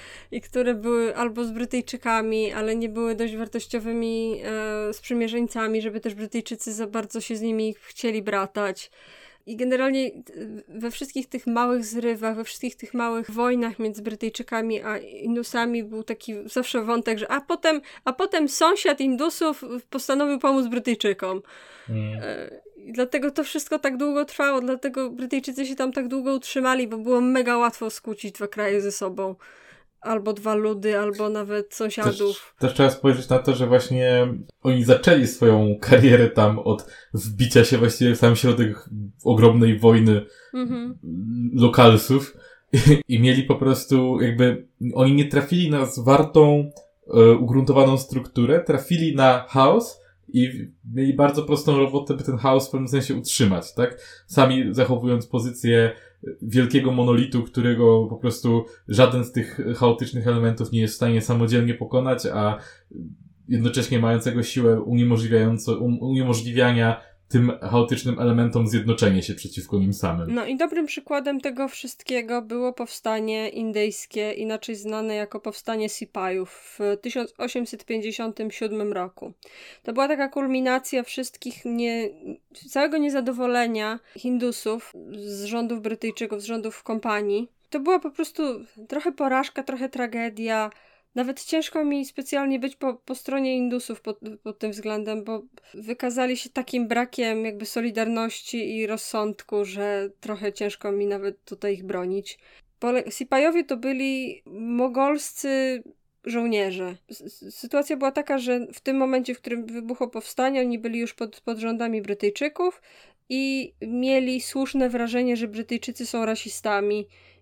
i które były albo z Brytyjczykami, ale nie były dość wartościowymi y, sprzymierzeńcami, żeby też Brytyjczycy za bardzo się z nimi chcieli bratać. I generalnie we wszystkich tych małych zrywach, we wszystkich tych małych wojnach między Brytyjczykami a Indusami był taki zawsze wątek, że a potem, a potem sąsiad Indusów postanowił pomóc Brytyjczykom. Mm. I dlatego to wszystko tak długo trwało, dlatego Brytyjczycy się tam tak długo utrzymali, bo było mega łatwo skłócić dwa kraje ze sobą. Albo dwa ludy, albo nawet sąsiadów. Też, też trzeba spojrzeć na to, że właśnie oni zaczęli swoją karierę tam od wbicia się właściwie w sam środek ogromnej wojny mm-hmm. lokalsów i, i mieli po prostu jakby, oni nie trafili na zwartą, e, ugruntowaną strukturę, trafili na chaos i mieli bardzo prostą robotę, by ten chaos w pewnym sensie utrzymać, tak? Sami zachowując pozycję wielkiego monolitu, którego po prostu żaden z tych chaotycznych elementów nie jest w stanie samodzielnie pokonać, a jednocześnie mającego siłę uniemożliwiającą, um, uniemożliwiania tym chaotycznym elementom zjednoczenie się przeciwko nim samym. No i dobrym przykładem tego wszystkiego było powstanie indyjskie, inaczej znane jako powstanie Sipajów w tysiąc osiemset pięćdziesiątym siódmym roku. To była taka kulminacja wszystkich nie, całego niezadowolenia Hindusów z rządów Brytyjczyków, z rządów kompanii. To była po prostu trochę porażka, trochę tragedia. Nawet ciężko mi specjalnie być po, po stronie Indusów pod, pod tym względem, bo wykazali się takim brakiem jakby solidarności i rozsądku, że trochę ciężko mi nawet tutaj ich bronić. Pole- Sipajowie to byli mogolscy żołnierze. S- sytuacja była taka, że w tym momencie, w którym wybuchło powstanie, oni byli już pod, pod rządami Brytyjczyków i mieli słuszne wrażenie, że Brytyjczycy są rasistami.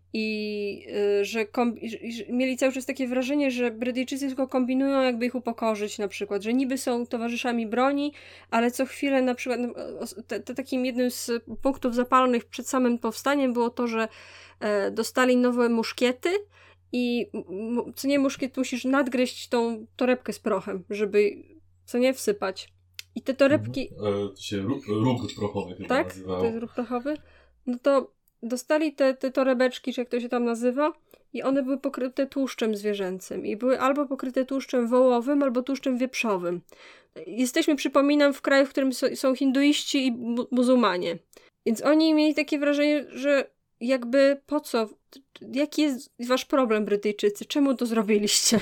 I y, że, kombi- że mieli cały czas takie wrażenie, że Brytyjczycy tylko kombinują, jakby ich upokorzyć na przykład, że niby są towarzyszami broni, ale co chwilę na przykład te, te takim jednym z punktów zapalnych przed samym powstaniem było to, że e, dostali nowe muszkiety i m- co nie muszkiet musisz nadgryźć tą torebkę z prochem, żeby co nie wsypać. I te torebki... Mhm. E, to się róg, róg prochowy chyba tak? nazywało. To jest róg prochowy? No to dostali te, te torebeczki, czy jak to się tam nazywa, i one były pokryte tłuszczem zwierzęcym. I były albo pokryte tłuszczem wołowym, albo tłuszczem wieprzowym. Jesteśmy, przypominam, w kraju, w którym so, są hinduiści i mu- muzułmanie. Więc oni mieli takie wrażenie, że jakby po co? Jaki jest wasz problem, Brytyjczycy? Czemu to zrobiliście?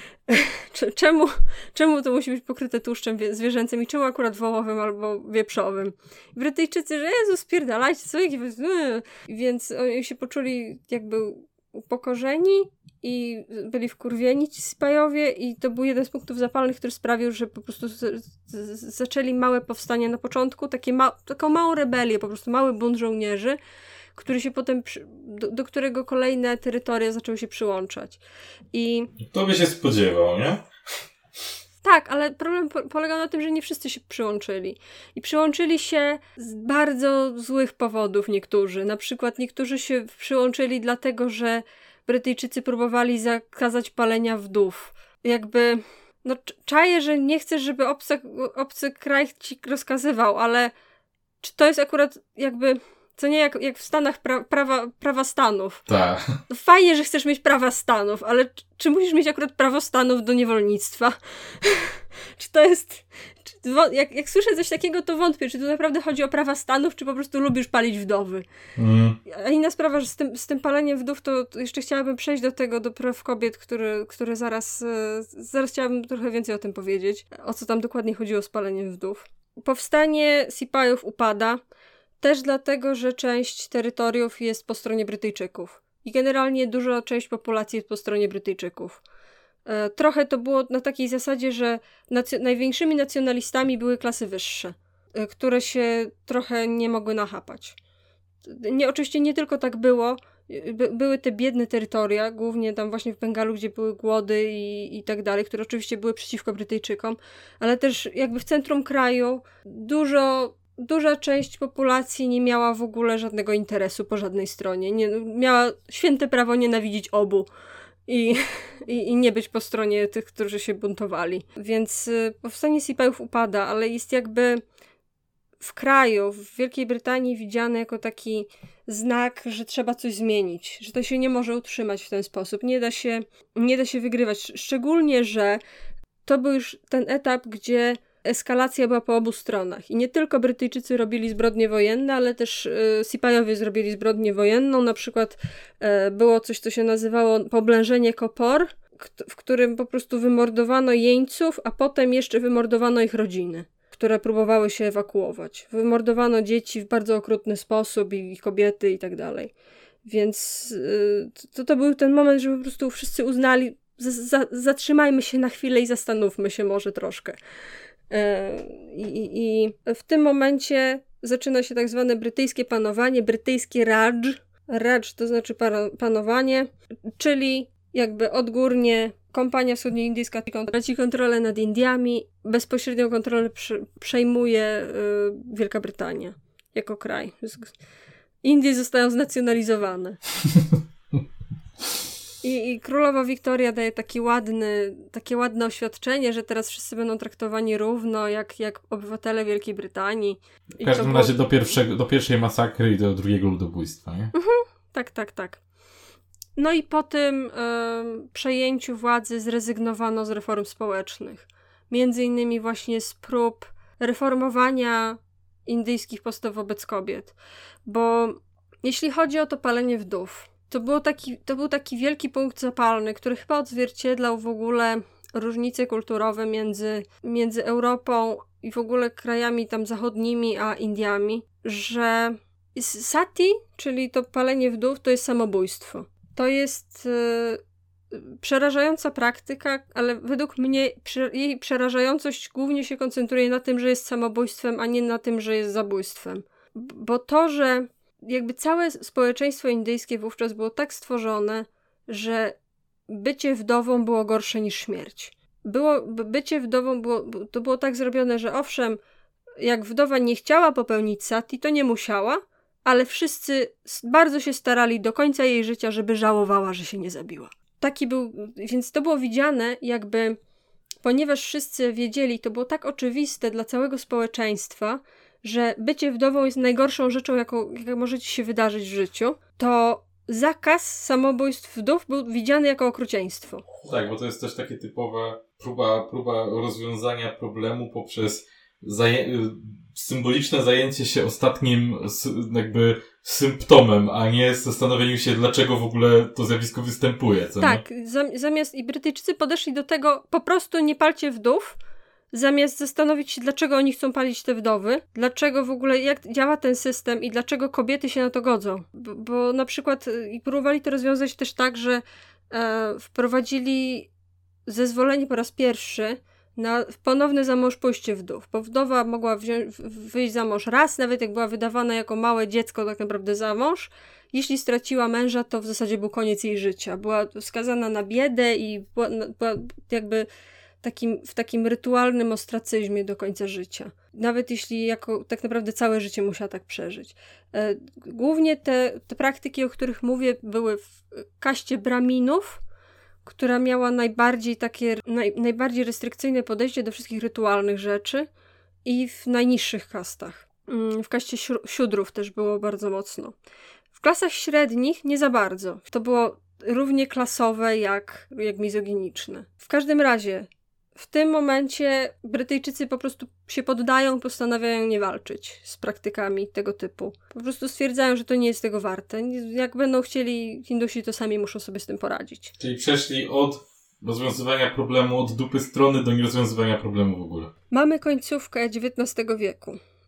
Czemu, czemu to musi być pokryte tłuszczem zwierzęcym i czemu akurat wołowym albo wieprzowym? Brytyjczycy, że Jezu, spierdalajcie, co jakieś... Więc oni się poczuli jakby upokorzeni i byli wkurwieni ci Sipajowie i to był jeden z punktów zapalnych, który sprawił, że po prostu z- z- zaczęli małe powstanie na początku, takie ma- taką małą rebelię, po prostu mały bunt żołnierzy, który się potem, przy, do, do którego kolejne terytoria zaczęły się przyłączać. I to by się spodziewał, nie? tak, ale problem po- polegał na tym, że nie wszyscy się przyłączyli. I przyłączyli się z bardzo złych powodów niektórzy. Na przykład niektórzy się przyłączyli dlatego, że Brytyjczycy próbowali zakazać palenia wdów. Jakby, no czaję, że nie chcesz, żeby obcy, obcy kraj ci rozkazywał, ale czy to jest akurat jakby... Co nie jak, jak w Stanach pra, prawa, prawa stanów. Tak. No fajnie, że chcesz mieć prawa stanów, ale czy, czy musisz mieć akurat prawo stanów do niewolnictwa? Czy to jest... Czy, jak, jak słyszę coś takiego, to wątpię, czy tu naprawdę chodzi o prawa stanów, czy po prostu lubisz palić wdowy. Mm. A inna sprawa, że z tym, z tym paleniem wdów, to, to jeszcze chciałabym przejść do tego, do praw kobiet, które, które zaraz... Zaraz chciałabym trochę więcej o tym powiedzieć. O co tam dokładnie chodziło z paleniem wdów. Powstanie Sipajów upada. Też dlatego, że część terytoriów jest po stronie Brytyjczyków. I generalnie duża część populacji jest po stronie Brytyjczyków. E, trochę to było na takiej zasadzie, że nac- największymi nacjonalistami były klasy wyższe, e, które się trochę nie mogły nachapać. Nie, oczywiście nie tylko tak było. By, były te biedne terytoria, głównie tam właśnie w Bengalu, gdzie były głody i, i tak dalej, które oczywiście były przeciwko Brytyjczykom, ale też jakby w centrum kraju dużo, duża część populacji nie miała w ogóle żadnego interesu po żadnej stronie. Nie, miała święte prawo nienawidzić obu i, i, i nie być po stronie tych, którzy się buntowali. Więc y, powstanie Sipajów upada, ale jest jakby w kraju, w Wielkiej Brytanii widziany jako taki znak, że trzeba coś zmienić, że to się nie może utrzymać w ten sposób. Nie da się, nie da się wygrywać. Szczególnie, że to był już ten etap, gdzie eskalacja była po obu stronach. I nie tylko Brytyjczycy robili zbrodnie wojenne, ale też y, Sipajowie zrobili zbrodnię wojenną. Na przykład y, było coś, co się nazywało poblężenie Kopor, k- w którym po prostu wymordowano jeńców, a potem jeszcze wymordowano ich rodziny, które próbowały się ewakuować. Wymordowano dzieci w bardzo okrutny sposób i kobiety i tak dalej. Więc yy, to, to był ten moment, że po prostu wszyscy uznali, z, za, zatrzymajmy się na chwilę i zastanówmy się może troszkę. Yy, i, I w tym momencie zaczyna się tak zwane brytyjskie panowanie, brytyjskie Raj. Raj to znaczy para, panowanie, czyli jakby odgórnie Kompania Wschodnioindyjska traci kontrolę nad Indiami, bezpośrednią kontrolę przy, przejmuje y, Wielka Brytania jako kraj. Indie zostają znacjonalizowane. I, I królowa Wiktoria daje taki ładny, takie ładne oświadczenie, że teraz wszyscy będą traktowani równo jak, jak obywatele Wielkiej Brytanii. W każdym razie było... do, pierwszego, do pierwszej masakry i do drugiego ludobójstwa, nie? Mhm, tak, tak, tak. No i po tym y, przejęciu władzy zrezygnowano z reform społecznych. Między innymi właśnie z prób reformowania indyjskich postaw wobec kobiet. Bo jeśli chodzi o to palenie wdów, to, było taki, to był taki wielki punkt zapalny, który chyba odzwierciedlał w ogóle różnice kulturowe między, między Europą i w ogóle krajami tam zachodnimi a Indiami, że sati, czyli to palenie wdów, to jest samobójstwo. To jest y, przerażająca praktyka, ale według mnie prze, jej przerażającość głównie się koncentruje na tym, że jest samobójstwem, a nie na tym, że jest zabójstwem. B- bo to, że jakby całe społeczeństwo indyjskie wówczas było tak stworzone, że bycie wdową było gorsze niż śmierć. Było, bycie wdową było, to było tak zrobione, że owszem, jak wdowa nie chciała popełnić sati, to nie musiała, ale wszyscy bardzo się starali do końca jej życia, żeby żałowała, że się nie zabiła. Taki był, więc to było widziane jakby, ponieważ wszyscy wiedzieli, to było tak oczywiste dla całego społeczeństwa, że bycie wdową jest najgorszą rzeczą, jaką, jaka może ci się wydarzyć w życiu, to zakaz samobójstw wdów był widziany jako okrucieństwo. Tak, bo to jest też takie typowe próba, próba rozwiązania problemu poprzez zaję- symboliczne zajęcie się ostatnim jakby symptomem, a nie zastanowieniu się, dlaczego w ogóle to zjawisko występuje. Co tak, nie? zamiast i Brytyjczycy podeszli do tego, po prostu nie palcie wdów, zamiast zastanowić się, dlaczego oni chcą palić te wdowy, dlaczego w ogóle, jak działa ten system i dlaczego kobiety się na to godzą. Bo, bo na przykład i próbowali to rozwiązać też tak, że e, wprowadzili zezwolenie po raz pierwszy na ponowne zamąż pójście wdów, bo wdowa mogła wziąć, wyjść za mąż raz, nawet jak była wydawana jako małe dziecko tak naprawdę za mąż. Jeśli straciła męża, to w zasadzie był koniec jej życia. Była skazana na biedę i była, była jakby takim, w takim rytualnym ostracyzmie do końca życia. Nawet jeśli jako tak naprawdę całe życie musiała tak przeżyć. E, głównie te, te praktyki, o których mówię, były w kaście braminów, która miała najbardziej takie, naj, najbardziej restrykcyjne podejście do wszystkich rytualnych rzeczy i w najniższych kastach. W kaście siódrów też było bardzo mocno. W klasach średnich nie za bardzo. To było równie klasowe jak, jak mizoginiczne. W każdym razie w tym momencie Brytyjczycy po prostu się poddają, postanawiają nie walczyć z praktykami tego typu. Po prostu stwierdzają, że to nie jest tego warte. Jak będą chcieli Hindusi, to sami muszą sobie z tym poradzić. Czyli przeszli od rozwiązywania problemu od dupy strony do nierozwiązywania problemu w ogóle. Mamy końcówkę dziewiętnastego wieku.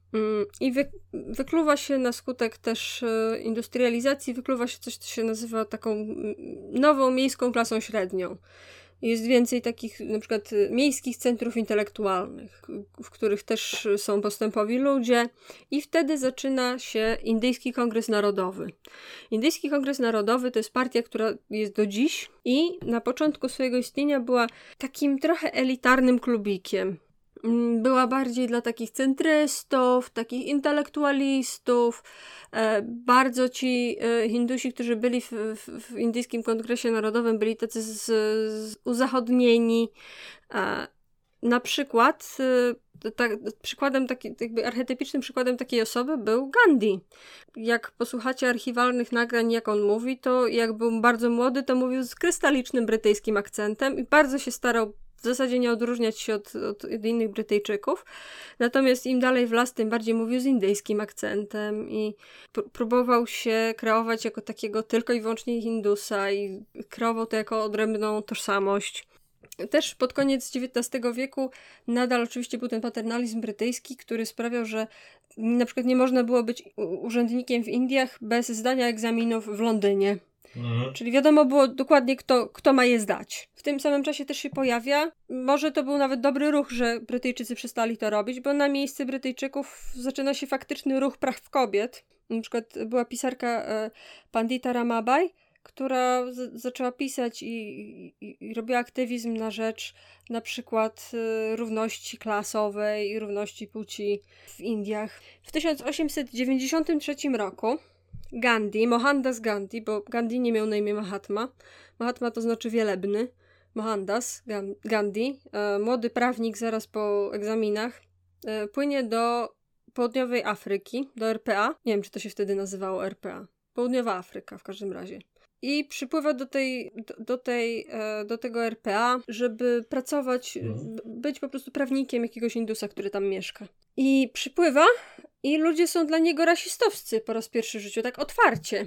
I wy, wykluwa się na skutek też industrializacji, wykluwa się coś, co się nazywa taką nową miejską klasą średnią. Jest więcej takich na przykład miejskich centrów intelektualnych, w których też są postępowi ludzie i wtedy zaczyna się Indyjski Kongres Narodowy. Indyjski Kongres Narodowy to jest partia, która jest do dziś i na początku swojego istnienia była takim trochę elitarnym klubikiem. Była bardziej dla takich centrystów, takich intelektualistów. E, bardzo ci e, Hindusi, którzy byli w, w, w Indyjskim Kongresie Narodowym, byli tacy z, z uzachodnieni. E, na przykład e, ta, przykładem taki, jakby archetypicznym przykładem takiej osoby był Gandhi. Jak posłuchacie archiwalnych nagrań, jak on mówi, to jak był bardzo młody, to mówił z krystalicznym brytyjskim akcentem i bardzo się starał w zasadzie nie odróżniać się od, od innych Brytyjczyków. Natomiast im dalej w las, tym bardziej mówił z indyjskim akcentem i pr- próbował się kreować jako takiego tylko i wyłącznie Hindusa i kreował to jako odrębną tożsamość. Też pod koniec dziewiętnastego wieku nadal oczywiście był ten paternalizm brytyjski, który sprawiał, że na przykład nie można było być urzędnikiem w Indiach bez zdania egzaminów w Londynie. Mhm. Czyli wiadomo było dokładnie, kto, kto ma je zdać. W tym samym czasie też się pojawia, może to był nawet dobry ruch, że Brytyjczycy przestali to robić, bo na miejsce Brytyjczyków zaczyna się faktyczny ruch praw kobiet. Na przykład była pisarka e, Pandita Ramabai, która z- zaczęła pisać i, i, i robiła aktywizm na rzecz na przykład e, równości klasowej i równości płci w Indiach. W tysiąc osiemset dziewięćdziesiątym trzecim roku Gandhi, Mohandas Gandhi, bo Gandhi nie miał na imię Mahatma. Mahatma to znaczy wielebny. Mohandas Gandhi, e, młody prawnik zaraz po egzaminach, e, płynie do południowej Afryki, do R P A. Nie wiem, czy to się wtedy nazywało R P A. Południowa Afryka w każdym razie. I przypływa do tej, do, do tej, e, do tego R P A, żeby pracować, mhm. być po prostu prawnikiem jakiegoś Hindusa, który tam mieszka. I przypływa i ludzie są dla niego rasistowscy po raz pierwszy w życiu, tak otwarcie,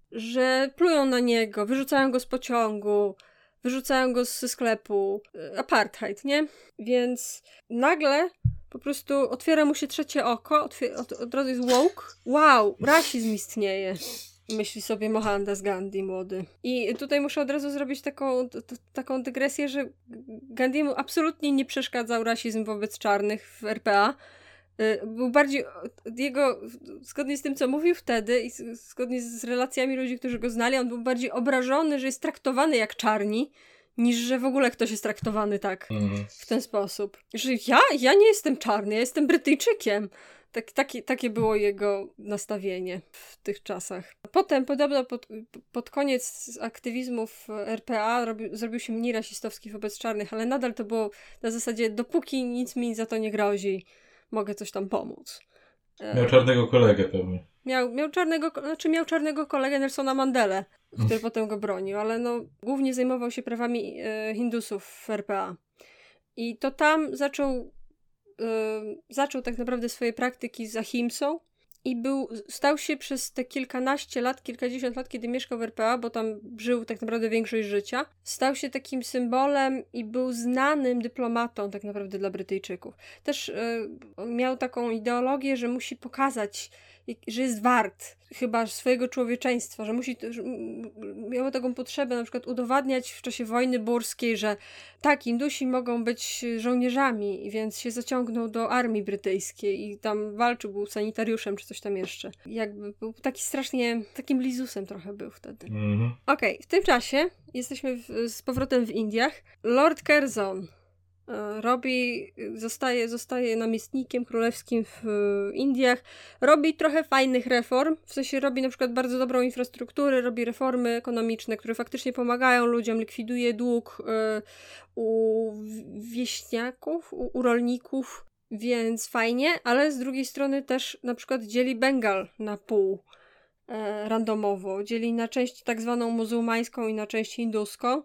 że plują na niego, wyrzucają go z pociągu, wyrzucają go ze sklepu. Apartheid, nie? Więc nagle po prostu otwiera mu się trzecie oko, otwier- od, od razu jest woke. Wow, rasizm istnieje. Myśli sobie Mohandas Gandhi młody. I tutaj muszę od razu zrobić taką, t- t- taką dygresję, że Gandhiemu absolutnie nie przeszkadzał rasizm wobec czarnych w R P A. Był bardziej, jego, zgodnie z tym, co mówił wtedy i zgodnie z relacjami ludzi, którzy go znali, on był bardziej obrażony, że jest traktowany jak czarni, niż że w ogóle ktoś jest traktowany tak, mhm. w ten sposób. Że ja? Ja nie jestem czarny, ja jestem Brytyjczykiem. Tak, taki, takie było jego nastawienie w tych czasach. Potem podobno pod, pod koniec aktywizmu w R P A robi, zrobił się mniej rasistowski wobec czarnych, ale nadal to było na zasadzie, dopóki nic mi za to nie grozi, mogę coś tam pomóc. Miał czarnego kolegę pewnie. Miał, miał, czarnego, znaczy miał czarnego kolegę Nelsona Mandelę, który potem go bronił, ale no, głównie zajmował się prawami e, Hindusów w R P A. I to tam zaczął, e, zaczął tak naprawdę swoje praktyki z ahimsą i był, stał się przez te kilkanaście lat, kilkadziesiąt lat, kiedy mieszkał w R P A, bo tam żył tak naprawdę większość życia, stał się takim symbolem i był znanym dyplomatą tak naprawdę dla Brytyjczyków. Też y, miał taką ideologię, że musi pokazać, że jest wart chyba swojego człowieczeństwa, że musi, że miał taką potrzebę na przykład udowadniać w czasie wojny burskiej, że tak, Indusi mogą być żołnierzami, więc się zaciągnął do armii brytyjskiej i tam walczył, był sanitariuszem czy coś tam jeszcze. Jakby był taki strasznie, takim lizusem trochę był wtedy. Mhm. Okej, okay, w tym czasie jesteśmy w, z powrotem w Indiach. Lord Curzon robi, zostaje, zostaje namiestnikiem królewskim w Indiach, robi trochę fajnych reform, w sensie robi na przykład bardzo dobrą infrastrukturę, robi reformy ekonomiczne, które faktycznie pomagają ludziom, likwiduje dług y, u wieśniaków, u, u rolników, więc fajnie, ale z drugiej strony też na przykład dzieli Bengal na pół y, randomowo, dzieli na część tak zwaną muzułmańską i na część hinduską,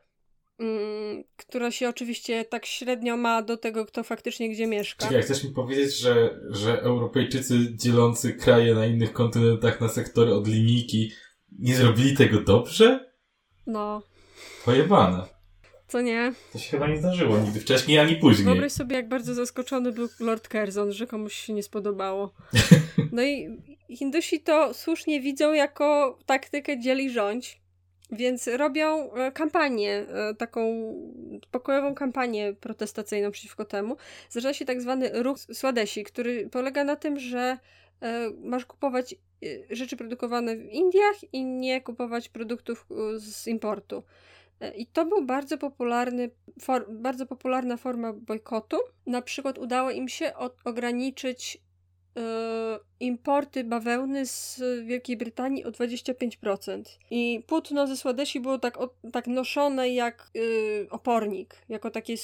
Mm, która się oczywiście tak średnio ma do tego, kto faktycznie gdzie mieszka. Czekaj, chcesz mi powiedzieć, że, że Europejczycy dzielący kraje na innych kontynentach na sektory od linijki nie zrobili tego dobrze? No. Pojebane. Co nie? To się chyba nie zdarzyło nigdy wcześniej, ani później. Wyobraź sobie, jak bardzo zaskoczony był Lord Curzon, że komuś się nie spodobało. No i Hindusi to słusznie widzą jako taktykę dziel i rządź, więc robią kampanię, taką pokojową kampanię protestacyjną przeciwko temu. Zaczyna się tak zwany ruch Swadesi, który polega na tym, że masz kupować rzeczy produkowane w Indiach i nie kupować produktów z importu. I to był bardzo popularny, for, bardzo popularna forma bojkotu. Na przykład udało im się od, ograniczyć y, importy bawełny z Wielkiej Brytanii o dwadzieścia pięć procent. I płótno ze Swadesi było tak, o, tak noszone jak y, opornik, jako takie...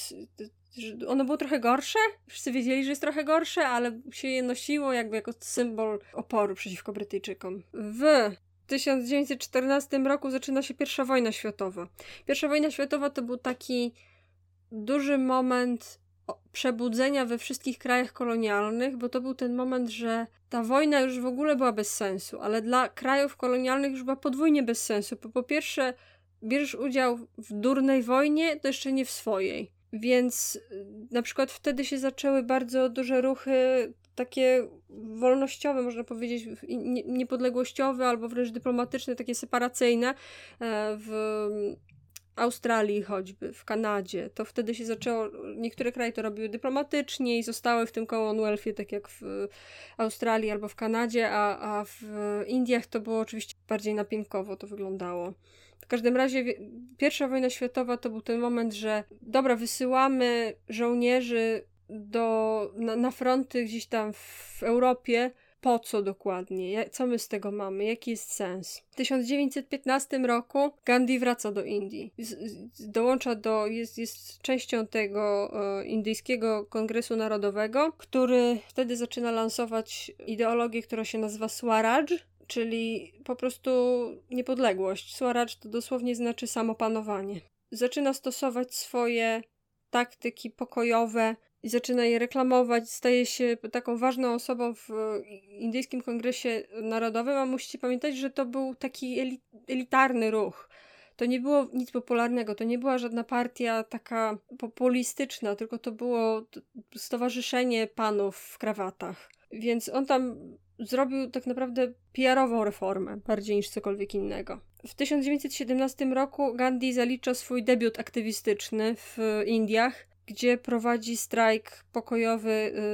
Ono było trochę gorsze, wszyscy wiedzieli, że jest trochę gorsze, ale się je nosiło jakby jako symbol oporu przeciwko Brytyjczykom. W tysiąc dziewięćset czternastym roku zaczyna się pierwsza wojna światowa. Pierwsza wojna światowa to był taki duży moment przebudzenia we wszystkich krajach kolonialnych, bo to był ten moment, że ta wojna już w ogóle była bez sensu, ale dla krajów kolonialnych już była podwójnie bez sensu. Po, po pierwsze, bierzesz udział w durnej wojnie, to jeszcze nie w swojej. Więc na przykład wtedy się zaczęły bardzo duże ruchy takie wolnościowe, można powiedzieć, niepodległościowe albo wręcz dyplomatyczne, takie separacyjne w Australii choćby, w Kanadzie. To wtedy się zaczęło, niektóre kraje to robiły dyplomatycznie i zostały w tym Commonwealthie, tak jak w Australii albo w Kanadzie, a, a w Indiach to było oczywiście bardziej napiętkowo to wyglądało. W każdym razie pierwsza wojna światowa to był ten moment, że dobra, wysyłamy żołnierzy do, na, na fronty gdzieś tam w Europie. Po co dokładnie? Co my z tego mamy? Jaki jest sens? W tysiąc dziewięćset piętnastym roku Gandhi wraca do Indii. Z, z, dołącza do, jest, jest częścią tego e, indyjskiego Kongresu Narodowego, który wtedy zaczyna lansować ideologię, która się nazywa Swaraj, czyli po prostu niepodległość. Swaraj to dosłownie znaczy samopanowanie. Zaczyna stosować swoje taktyki pokojowe i zaczyna je reklamować, staje się taką ważną osobą w Indyjskim Kongresie Narodowym, a musicie pamiętać, że to był taki elitarny ruch. To nie było nic popularnego, to nie była żadna partia taka populistyczna, tylko to było stowarzyszenie panów w krawatach. Więc on tam zrobił tak naprawdę P R-ową reformę, bardziej niż cokolwiek innego. W tysiąc dziewięćset siedemnastym roku Gandhi zalicza swój debiut aktywistyczny w Indiach, gdzie prowadzi strajk pokojowy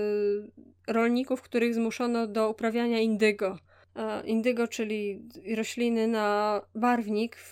y, rolników, których zmuszono do uprawiania indygo. E, indygo, czyli rośliny na barwnik w,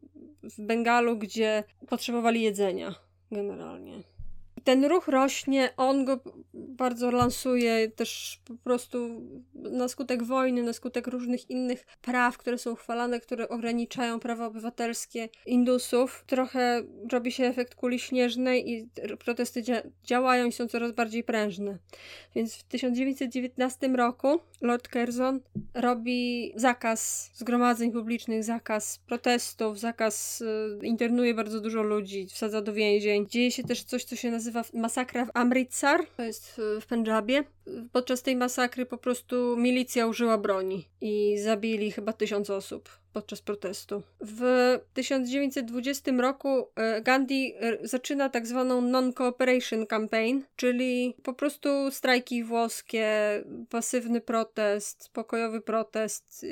w Bengalu, gdzie potrzebowali jedzenia generalnie. Ten ruch rośnie, on go bardzo lansuje też po prostu na skutek wojny, na skutek różnych innych praw, które są uchwalane, które ograniczają prawa obywatelskie Indusów. Trochę robi się efekt kuli śnieżnej i protesty dzia- działają i są coraz bardziej prężne. Więc w tysiąc dziewięćset dziewiętnastym roku Lord Curzon robi zakaz zgromadzeń publicznych, zakaz protestów, zakaz y, internuje bardzo dużo ludzi, wsadza do więzień. Dzieje się też coś, co się nazywa masakra w Amritsar, to jest w Pendżabie. Podczas tej masakry po prostu milicja użyła broni i zabili chyba tysiąc osób podczas protestu. W tysiąc dziewięćset dwudziestym roku Gandhi zaczyna tak zwaną non-cooperation campaign, czyli po prostu strajki włoskie, pasywny protest, pokojowy protest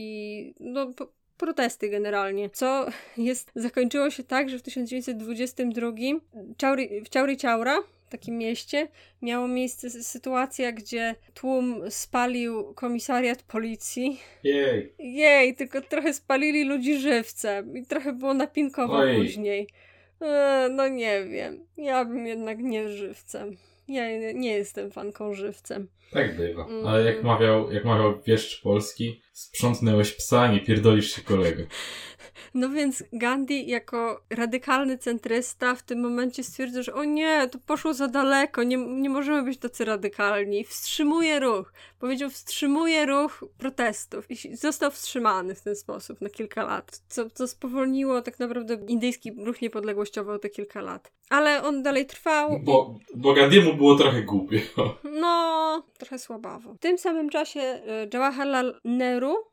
i no protesty generalnie, co jest, zakończyło się tak, że w tysiąc dziewięćset dwudziestym drugim Chauri, w Chauri Chaura, takim mieście, miało miejsce sytuacja, gdzie tłum spalił komisariat policji. Jej. Jej, tylko trochę spalili ludzi żywcem i trochę było napinkowo Oj. później. E, no nie wiem, ja bym jednak nie żywcem. Ja nie, nie jestem fanką żywcem. Tak bywa. Mm. Ale jak mawiał, jak mawiał wieszcz polski, sprzątnęłeś psa, nie pierdolisz się kolego. No więc Gandhi jako radykalny centrysta w tym momencie stwierdził, że o nie, to poszło za daleko, nie, nie możemy być tacy radykalni. Wstrzymuje ruch. Powiedział, wstrzymuje ruch protestów i został wstrzymany w ten sposób na kilka lat, co, co spowolniło tak naprawdę indyjski ruch niepodległościowy o te kilka lat. Ale on dalej trwał. Bo, i... bo Gandhiemu było trochę głupio. No, trochę słabawo. W tym samym czasie Jawaharlal Nehru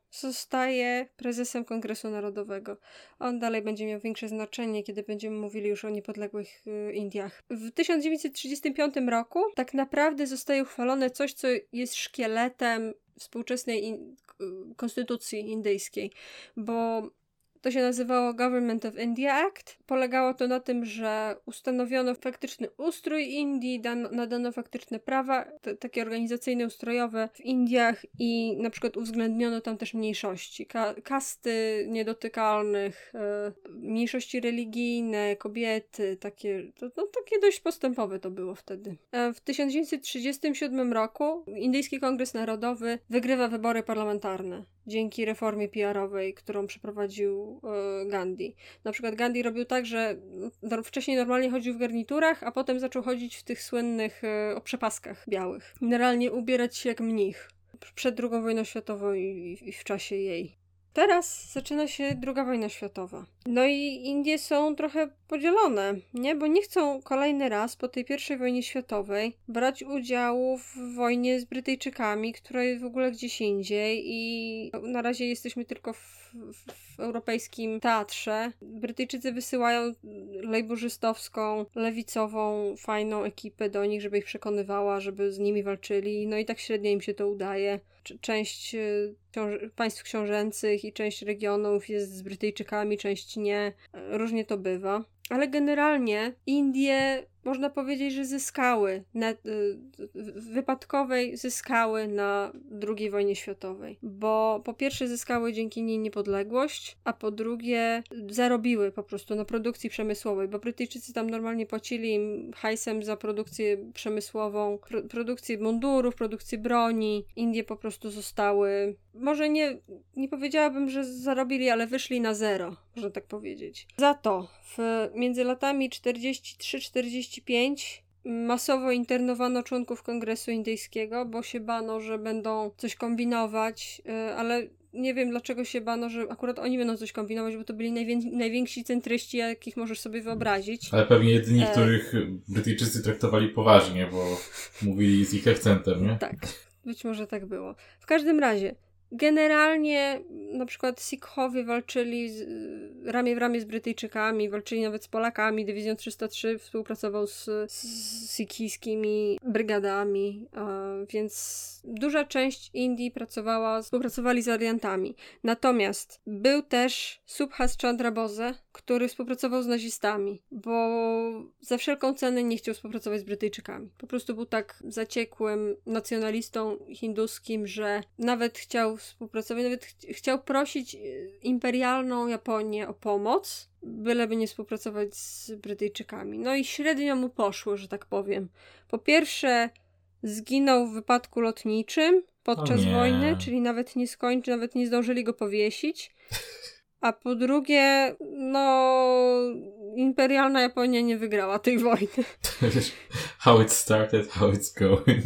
zostaje prezesem Kongresu Narodowego. On dalej będzie miał większe znaczenie, kiedy będziemy mówili już o niepodległych y, Indiach. W tysiąc dziewięćset trzydziestym piątym roku tak naprawdę zostaje uchwalone coś, co jest szkieletem współczesnej in- konstytucji indyjskiej, bo to się nazywało Government of India Act. Polegało to na tym, że ustanowiono faktyczny ustrój Indii, dan- nadano faktyczne prawa, t- takie organizacyjne, ustrojowe w Indiach i na przykład uwzględniono tam też mniejszości, ka- kasty niedotykalnych, e, mniejszości religijne, kobiety, takie, to, no, takie dość postępowe to było wtedy. E, w tysiąc dziewięćset trzydziestym siódmym roku Indyjski Kongres Narodowy wygrywa wybory parlamentarne dzięki reformie P R-owej, którą przeprowadził e, Gandhi. Na przykład Gandhi robił tak, że no, wcześniej normalnie chodził w garniturach, a potem zaczął chodzić w tych słynnych e, o przepaskach białych. Generalnie ubierać się jak mnich. Przed drugą wojną światową i, i w czasie jej. Teraz zaczyna się druga wojna światowa. No i Indie są trochę podzielone, nie? Bo nie chcą kolejny raz po tej pierwszej wojnie światowej brać udziału w wojnie z Brytyjczykami, która jest w ogóle gdzieś indziej i na razie jesteśmy tylko w, w, w europejskim teatrze. Brytyjczycy wysyłają lejburzystowską, lewicową, fajną ekipę do nich, żeby ich przekonywała, żeby z nimi walczyli. No i tak średnio im się to udaje. Część książ- państw książęcych i część regionów jest z Brytyjczykami, część nie. Różnie to bywa. Ale generalnie Indie, można powiedzieć, że zyskały, na, w wypadkowej zyskały na drugiej wojnie światowej. Bo po pierwsze zyskały dzięki niej niepodległość, a po drugie zarobiły po prostu na produkcji przemysłowej, bo Brytyjczycy tam normalnie płacili im hajsem za produkcję przemysłową, pro, produkcję mundurów, produkcję broni. Indie po prostu zostały, może nie, nie powiedziałabym, że zarobili, ale wyszli na zero, można tak powiedzieć. Za to w, między latami czterdziesty trzeci czterdziesty piąty masowo internowano członków Kongresu Indyjskiego, bo się bano, że będą coś kombinować, ale nie wiem dlaczego się bano, że akurat oni będą coś kombinować, bo to byli najwię- najwięksi centryści, jakich możesz sobie wyobrazić. Ale pewnie jedyni, e... których Brytyjczycy traktowali poważnie, bo mówili z ich akcentem, nie? Tak, być może tak było. W każdym razie generalnie na przykład Sikhowie walczyli z, ramię w ramię z Brytyjczykami, walczyli nawet z Polakami. Dywizjon trzysta trzy współpracował z, z sikijskimi brygadami, a, więc duża część Indii pracowała, współpracowali z aliantami. Natomiast był też Subhas Chandra Bose, który współpracował z nazistami, bo za wszelką cenę nie chciał współpracować z Brytyjczykami. Po prostu był tak zaciekłym nacjonalistą hinduskim, że nawet chciał współpracować, nawet ch- chciał prosić imperialną Japonię o pomoc, byleby nie współpracować z Brytyjczykami. No i średnio mu poszło, że tak powiem. Po pierwsze zginął w wypadku lotniczym podczas wojny, czyli nawet nie skończył, nawet nie zdążyli go powiesić. A po drugie, no, imperialna Japonia nie wygrała tej wojny. How it started, how it's going.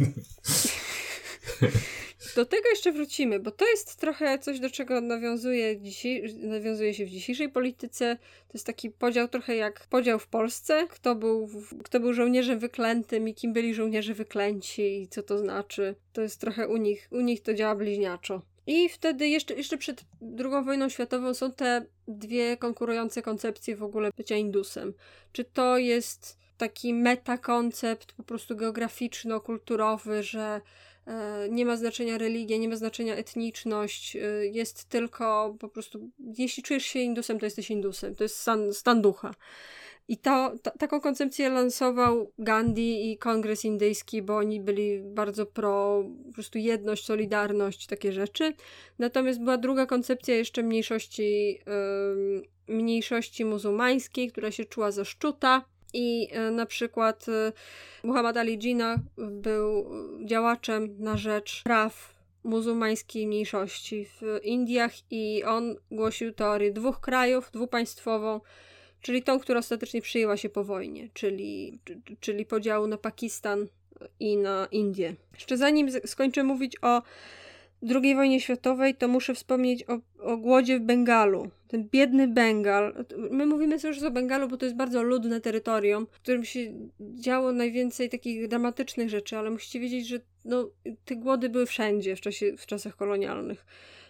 Do tego jeszcze wrócimy, bo to jest trochę coś, do czego nawiązuje, dzisiaj, nawiązuje się w dzisiejszej polityce. To jest taki podział trochę jak podział w Polsce. Kto był, kto był żołnierzem wyklętym i kim byli żołnierze wyklęci i co to znaczy. To jest trochę u nich, u nich to działa bliźniaczo. I wtedy jeszcze, jeszcze przed drugą wojną światową są te dwie konkurujące koncepcje w ogóle bycia Indusem. Czy to jest taki metakoncept po prostu geograficzno-kulturowy, że e, nie ma znaczenia religia, nie ma znaczenia etniczność, e, jest tylko po prostu, jeśli czujesz się Indusem, to jesteś Indusem. To jest stan, stan ducha. I to, ta, taką koncepcję lansował Gandhi i Kongres Indyjski, bo oni byli bardzo pro po prostu jedność, solidarność, takie rzeczy. Natomiast była druga koncepcja jeszcze mniejszości, yy, mniejszości muzułmańskiej, która się czuła za szczuta. I yy, na przykład yy, Muhammad Ali Jinnah był działaczem na rzecz praw muzułmańskiej mniejszości w Indiach i on głosił teorię dwóch krajów, dwupaństwową, czyli tą, która ostatecznie przyjęła się po wojnie, czyli, czyli podziału na Pakistan i na Indię. Jeszcze zanim skończę mówić o drugiej wojnie światowej, to muszę wspomnieć o, o głodzie w Bengalu. Ten biedny Bengal. My mówimy sobie już o Bengalu, bo to jest bardzo ludne terytorium, w którym się działo najwięcej takich dramatycznych rzeczy, ale musicie wiedzieć, że no, te głody były wszędzie w czasie, w czasach kolonialnych.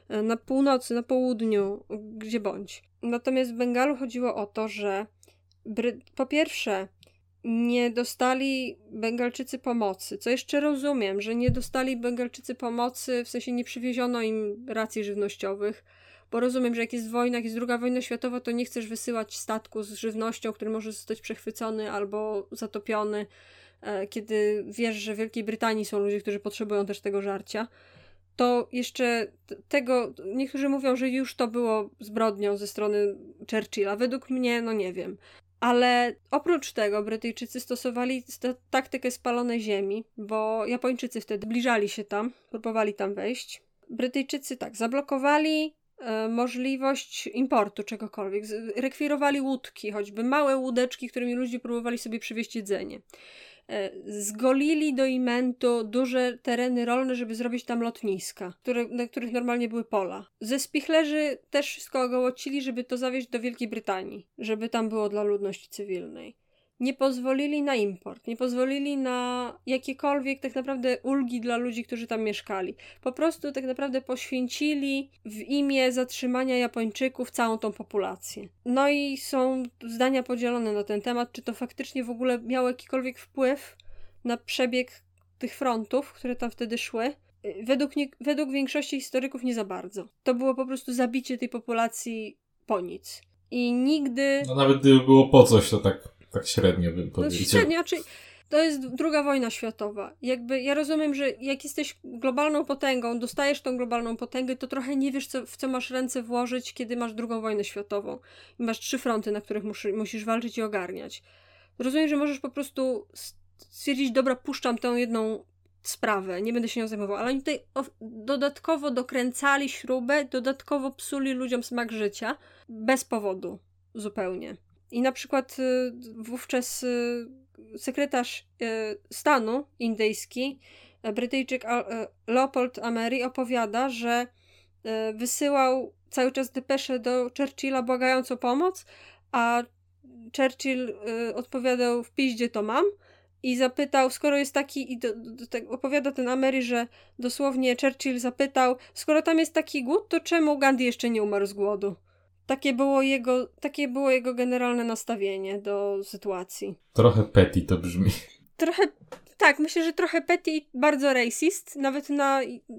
na północy, na południu, gdzie bądź. Natomiast w Bengalu chodziło o to, że Bry- po pierwsze nie dostali Bengalczycy pomocy, co jeszcze rozumiem, że nie dostali Bengalczycy pomocy, w sensie nie przywieziono im racji żywnościowych, bo rozumiem, że jak jest wojna, jak jest druga wojna światowa, to nie chcesz wysyłać statku z żywnością, który może zostać przechwycony albo zatopiony, kiedy wiesz, że w Wielkiej Brytanii są ludzie, którzy potrzebują też tego żarcia. To jeszcze tego, niektórzy mówią, że już to było zbrodnią ze strony Churchilla. Według mnie, no nie wiem. Ale oprócz tego Brytyjczycy stosowali st- taktykę spalonej ziemi, bo Japończycy wtedy zbliżali się tam, próbowali tam wejść. Brytyjczycy tak, zablokowali e, możliwość importu czegokolwiek. Z- rekwirowali łódki, choćby małe łódeczki, którymi ludzie próbowali sobie przywieźć jedzenie. Zgolili do Imentu duże tereny rolne, żeby zrobić tam lotniska, które, na których normalnie były pola. Ze spichlerzy też wszystko ogołocili, żeby to zawieźć do Wielkiej Brytanii, żeby tam było dla ludności cywilnej. Nie pozwolili na import, nie pozwolili na jakiekolwiek tak naprawdę ulgi dla ludzi, którzy tam mieszkali. Po prostu tak naprawdę poświęcili w imię zatrzymania Japończyków całą tą populację. No i są zdania podzielone na ten temat, czy to faktycznie w ogóle miało jakikolwiek wpływ na przebieg tych frontów, które tam wtedy szły. Według, nie, według większości historyków nie za bardzo. To było po prostu zabicie tej populacji po nic. I nigdy... No nawet gdyby było po coś, to tak... Tak średnio bym powiedział. To średnio, znaczy, to jest druga wojna światowa. Jakby ja rozumiem, że jak jesteś globalną potęgą, dostajesz tą globalną potęgę, to trochę nie wiesz, co, w co masz ręce włożyć, kiedy masz drugą wojnę światową. I masz trzy fronty, na których muszy, musisz walczyć i ogarniać. Rozumiem, że możesz po prostu stwierdzić, dobra, puszczam tę jedną sprawę, nie będę się nią zajmował, ale oni tutaj o, dodatkowo dokręcali śrubę, dodatkowo psuli ludziom smak życia, bez powodu zupełnie. I na przykład y, wówczas y, sekretarz y, stanu indyjski, y, Brytyjczyk y, Leopold Amery opowiada, że y, wysyłał cały czas depesze do Churchilla błagając o pomoc, a Churchill y, odpowiadał w piździe to mam i zapytał, skoro jest taki, i do, do, do, opowiada ten Amery, że dosłownie Churchill zapytał, skoro tam jest taki głód, to czemu Gandhi jeszcze nie umarł z głodu? Takie było jego, takie było jego generalne nastawienie do sytuacji. Trochę petty to brzmi. Trochę, tak, myślę, że trochę petty i bardzo racist. Nawet na,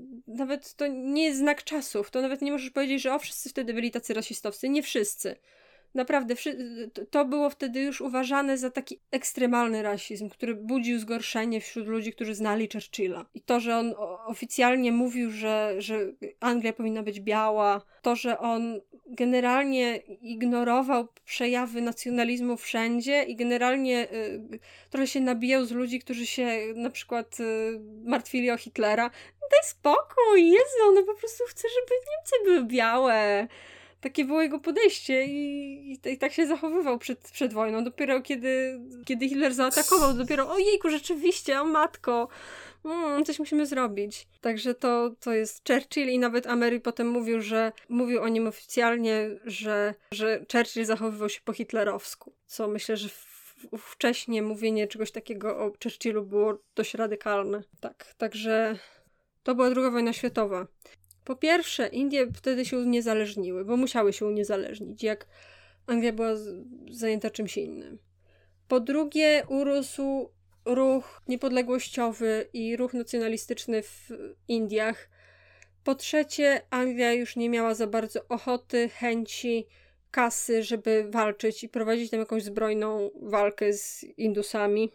nawet to nie jest znak czasów. To nawet nie możesz powiedzieć, że o, wszyscy wtedy byli tacy rasistowscy. Nie wszyscy. Naprawdę, to było wtedy już uważane za taki ekstremalny rasizm, który budził zgorszenie wśród ludzi, którzy znali Churchilla. I to, że on oficjalnie mówił, że, że Anglia powinna być biała, to, że on generalnie ignorował przejawy nacjonalizmu wszędzie i generalnie y, trochę się nabijał z ludzi, którzy się na przykład y, martwili o Hitlera. Daj spokój, Jezu, no po prostu chce, żeby Niemcy były białe. Takie było jego podejście i, i, i tak się zachowywał przed, przed wojną. Dopiero kiedy, kiedy Hitler zaatakował, dopiero ojejku, rzeczywiście, o matko, mm, coś musimy zrobić. Także to, to jest Churchill i nawet Amery potem mówił, że mówił o nim oficjalnie, że, że Churchill zachowywał się po hitlerowsku. Co myślę, że w, wcześniej mówienie czegoś takiego o Churchillu było dość radykalne. Tak, także to była druga wojna światowa. Po pierwsze, Indie wtedy się uniezależniły, bo musiały się uniezależnić, jak Anglia była z, zajęta czymś innym. Po drugie, urósł ruch niepodległościowy i ruch nacjonalistyczny w Indiach. Po trzecie, Anglia już nie miała za bardzo ochoty, chęci, kasy, żeby walczyć i prowadzić tam jakąś zbrojną walkę z Indusami.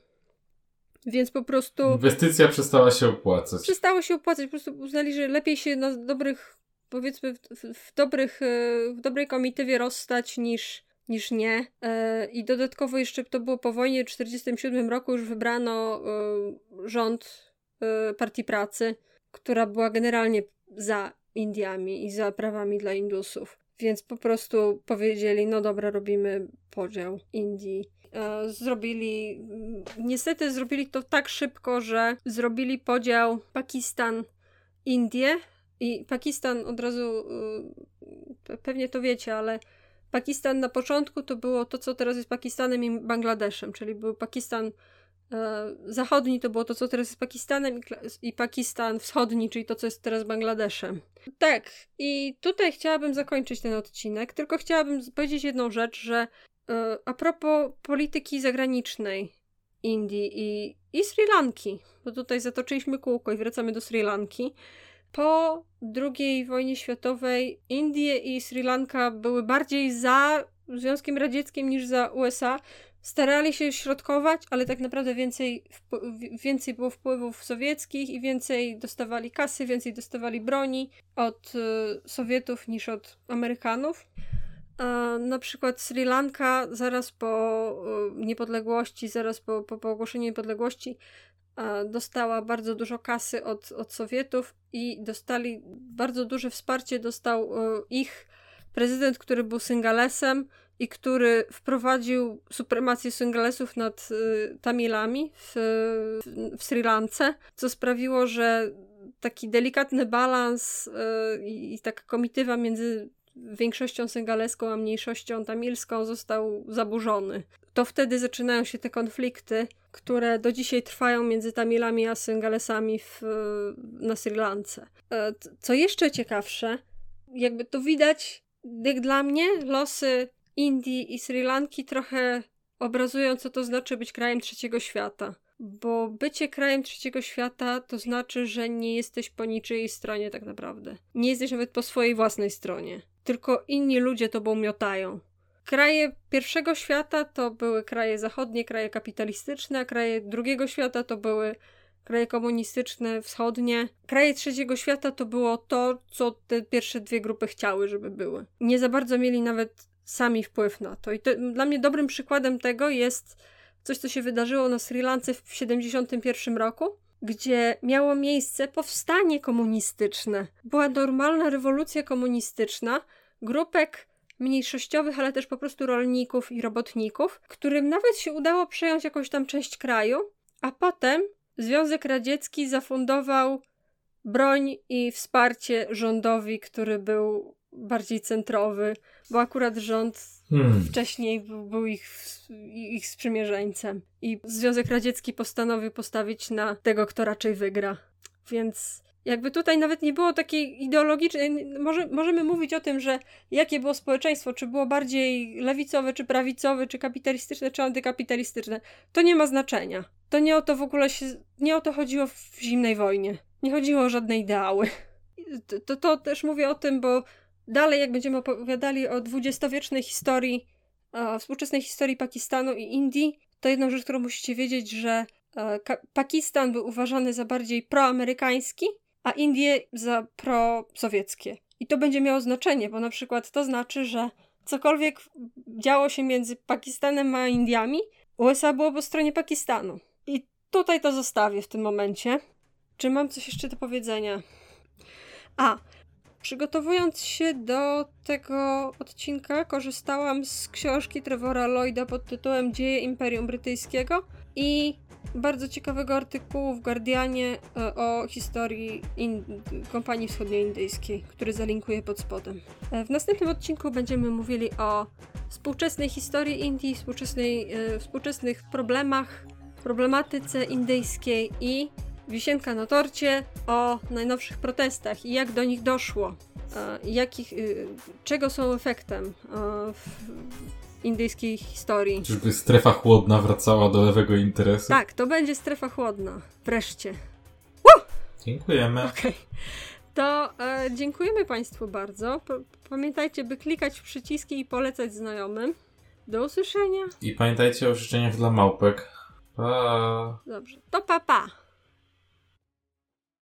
Więc po prostu... Inwestycja przestała się opłacać. Przestało się opłacać. Po prostu uznali, że lepiej się na dobrych, powiedzmy, w, w, dobrych, w dobrej komitywie rozstać niż, niż nie. I dodatkowo jeszcze to było po wojnie w tysiąc dziewięćset czterdziestym siódmym roku już wybrano rząd Partii Pracy, która była generalnie za Indiami i za prawami dla Indusów. Więc po prostu powiedzieli, no dobra, robimy podział Indii. Zrobili, niestety zrobili to tak szybko, że zrobili podział Pakistan-Indie i Pakistan od razu, pewnie to wiecie, ale Pakistan na początku to było to, co teraz jest Pakistanem i Bangladeszem, czyli był Pakistan E, zachodni to było to, co teraz jest Pakistanem i, i Pakistan wschodni, czyli to, co jest teraz Bangladeszem. Tak, i tutaj chciałabym zakończyć ten odcinek, tylko chciałabym powiedzieć jedną rzecz, że e, a propos polityki zagranicznej Indii i, i Sri Lanki, bo tutaj zatoczyliśmy kółko i wracamy do Sri Lanki. Po drugiej wojnie światowej Indie i Sri Lanka były bardziej za Związkiem Radzieckim niż za U S A. Starali się środkować, ale tak naprawdę więcej, więcej było wpływów sowieckich i więcej dostawali kasy, więcej dostawali broni od y, Sowietów niż od Amerykanów. A na przykład Sri Lanka zaraz po y, niepodległości, zaraz po, po, po ogłoszeniu niepodległości y, dostała bardzo dużo kasy od, od Sowietów i dostali bardzo duże wsparcie dostał y, ich prezydent, który był Singalesem i który wprowadził supremację Singalesów nad y, Tamilami w, w, w Sri Lance, co sprawiło, że taki delikatny balans y, i taka komitywa między większością singaleską a mniejszością tamilską został zaburzony. To wtedy zaczynają się te konflikty, które do dzisiaj trwają między Tamilami a Singalesami w, na Sri Lance. Y, co jeszcze ciekawsze, jakby to widać, jak dla mnie losy Indii i Sri Lanki trochę obrazują, co to znaczy być krajem trzeciego świata. Bo bycie krajem trzeciego świata to znaczy, że nie jesteś po niczyjej stronie tak naprawdę. Nie jesteś nawet po swojej własnej stronie. Tylko inni ludzie tobą miotają. Kraje pierwszego świata to były kraje zachodnie, kraje kapitalistyczne, a kraje drugiego świata to były kraje komunistyczne, wschodnie. Kraje trzeciego świata to było to, co te pierwsze dwie grupy chciały, żeby były. Nie za bardzo mieli nawet sami wpływ na to. I to, dla mnie dobrym przykładem tego jest coś, co się wydarzyło na Sri Lance w siedemdziesiątym pierwszym roku, gdzie miało miejsce powstanie komunistyczne. Była normalna rewolucja komunistyczna, grupek mniejszościowych, ale też po prostu rolników i robotników, którym nawet się udało przejąć jakąś tam część kraju, a potem Związek Radziecki zafundował broń i wsparcie rządowi, który był bardziej centrowy, bo akurat rząd hmm. wcześniej był, był ich, ich sprzymierzeńcem. I Związek Radziecki postanowił postawić na tego, kto raczej wygra. Więc jakby tutaj nawet nie było takiej ideologicznej... Może, możemy mówić o tym, że jakie było społeczeństwo, czy było bardziej lewicowe, czy prawicowe, czy kapitalistyczne, czy antykapitalistyczne. To nie ma znaczenia. To nie o to w ogóle się... Nie o to chodziło w zimnej wojnie. Nie chodziło o żadne ideały. To, to, to też mówię o tym, bo dalej, jak będziemy opowiadali o dwudziestowiecznej historii, e, współczesnej historii Pakistanu i Indii, to jedną rzecz, którą musicie wiedzieć, że e, ka- Pakistan był uważany za bardziej proamerykański, a Indie za prosowieckie. I to będzie miało znaczenie, bo na przykład to znaczy, że cokolwiek działo się między Pakistanem a Indiami, U S A było po stronie Pakistanu. I tutaj to zostawię w tym momencie. Czy mam coś jeszcze do powiedzenia? A, przygotowując się do tego odcinka, korzystałam z książki Trevora Lloyda pod tytułem Dzieje Imperium Brytyjskiego i bardzo ciekawego artykułu w Guardianie o historii in- kompanii wschodnioindyjskiej, który zalinkuję pod spodem. W następnym odcinku będziemy mówili o współczesnej historii Indii, współczesnej, e, współczesnych problemach, problematyce indyjskiej i wisienka na torcie o najnowszych protestach i jak do nich doszło, e, jakich, e, czego są efektem e, w indyjskiej historii. Czyżby strefa chłodna wracała do lewego interesu? Tak, to będzie strefa chłodna. Wreszcie. Woo! Dziękujemy. Okej. Okay. To e, dziękujemy Państwu bardzo. P- pamiętajcie, by klikać w przyciski i polecać znajomym. Do usłyszenia. I pamiętajcie o życzeniach dla małpek. Pa. Dobrze. To pa pa.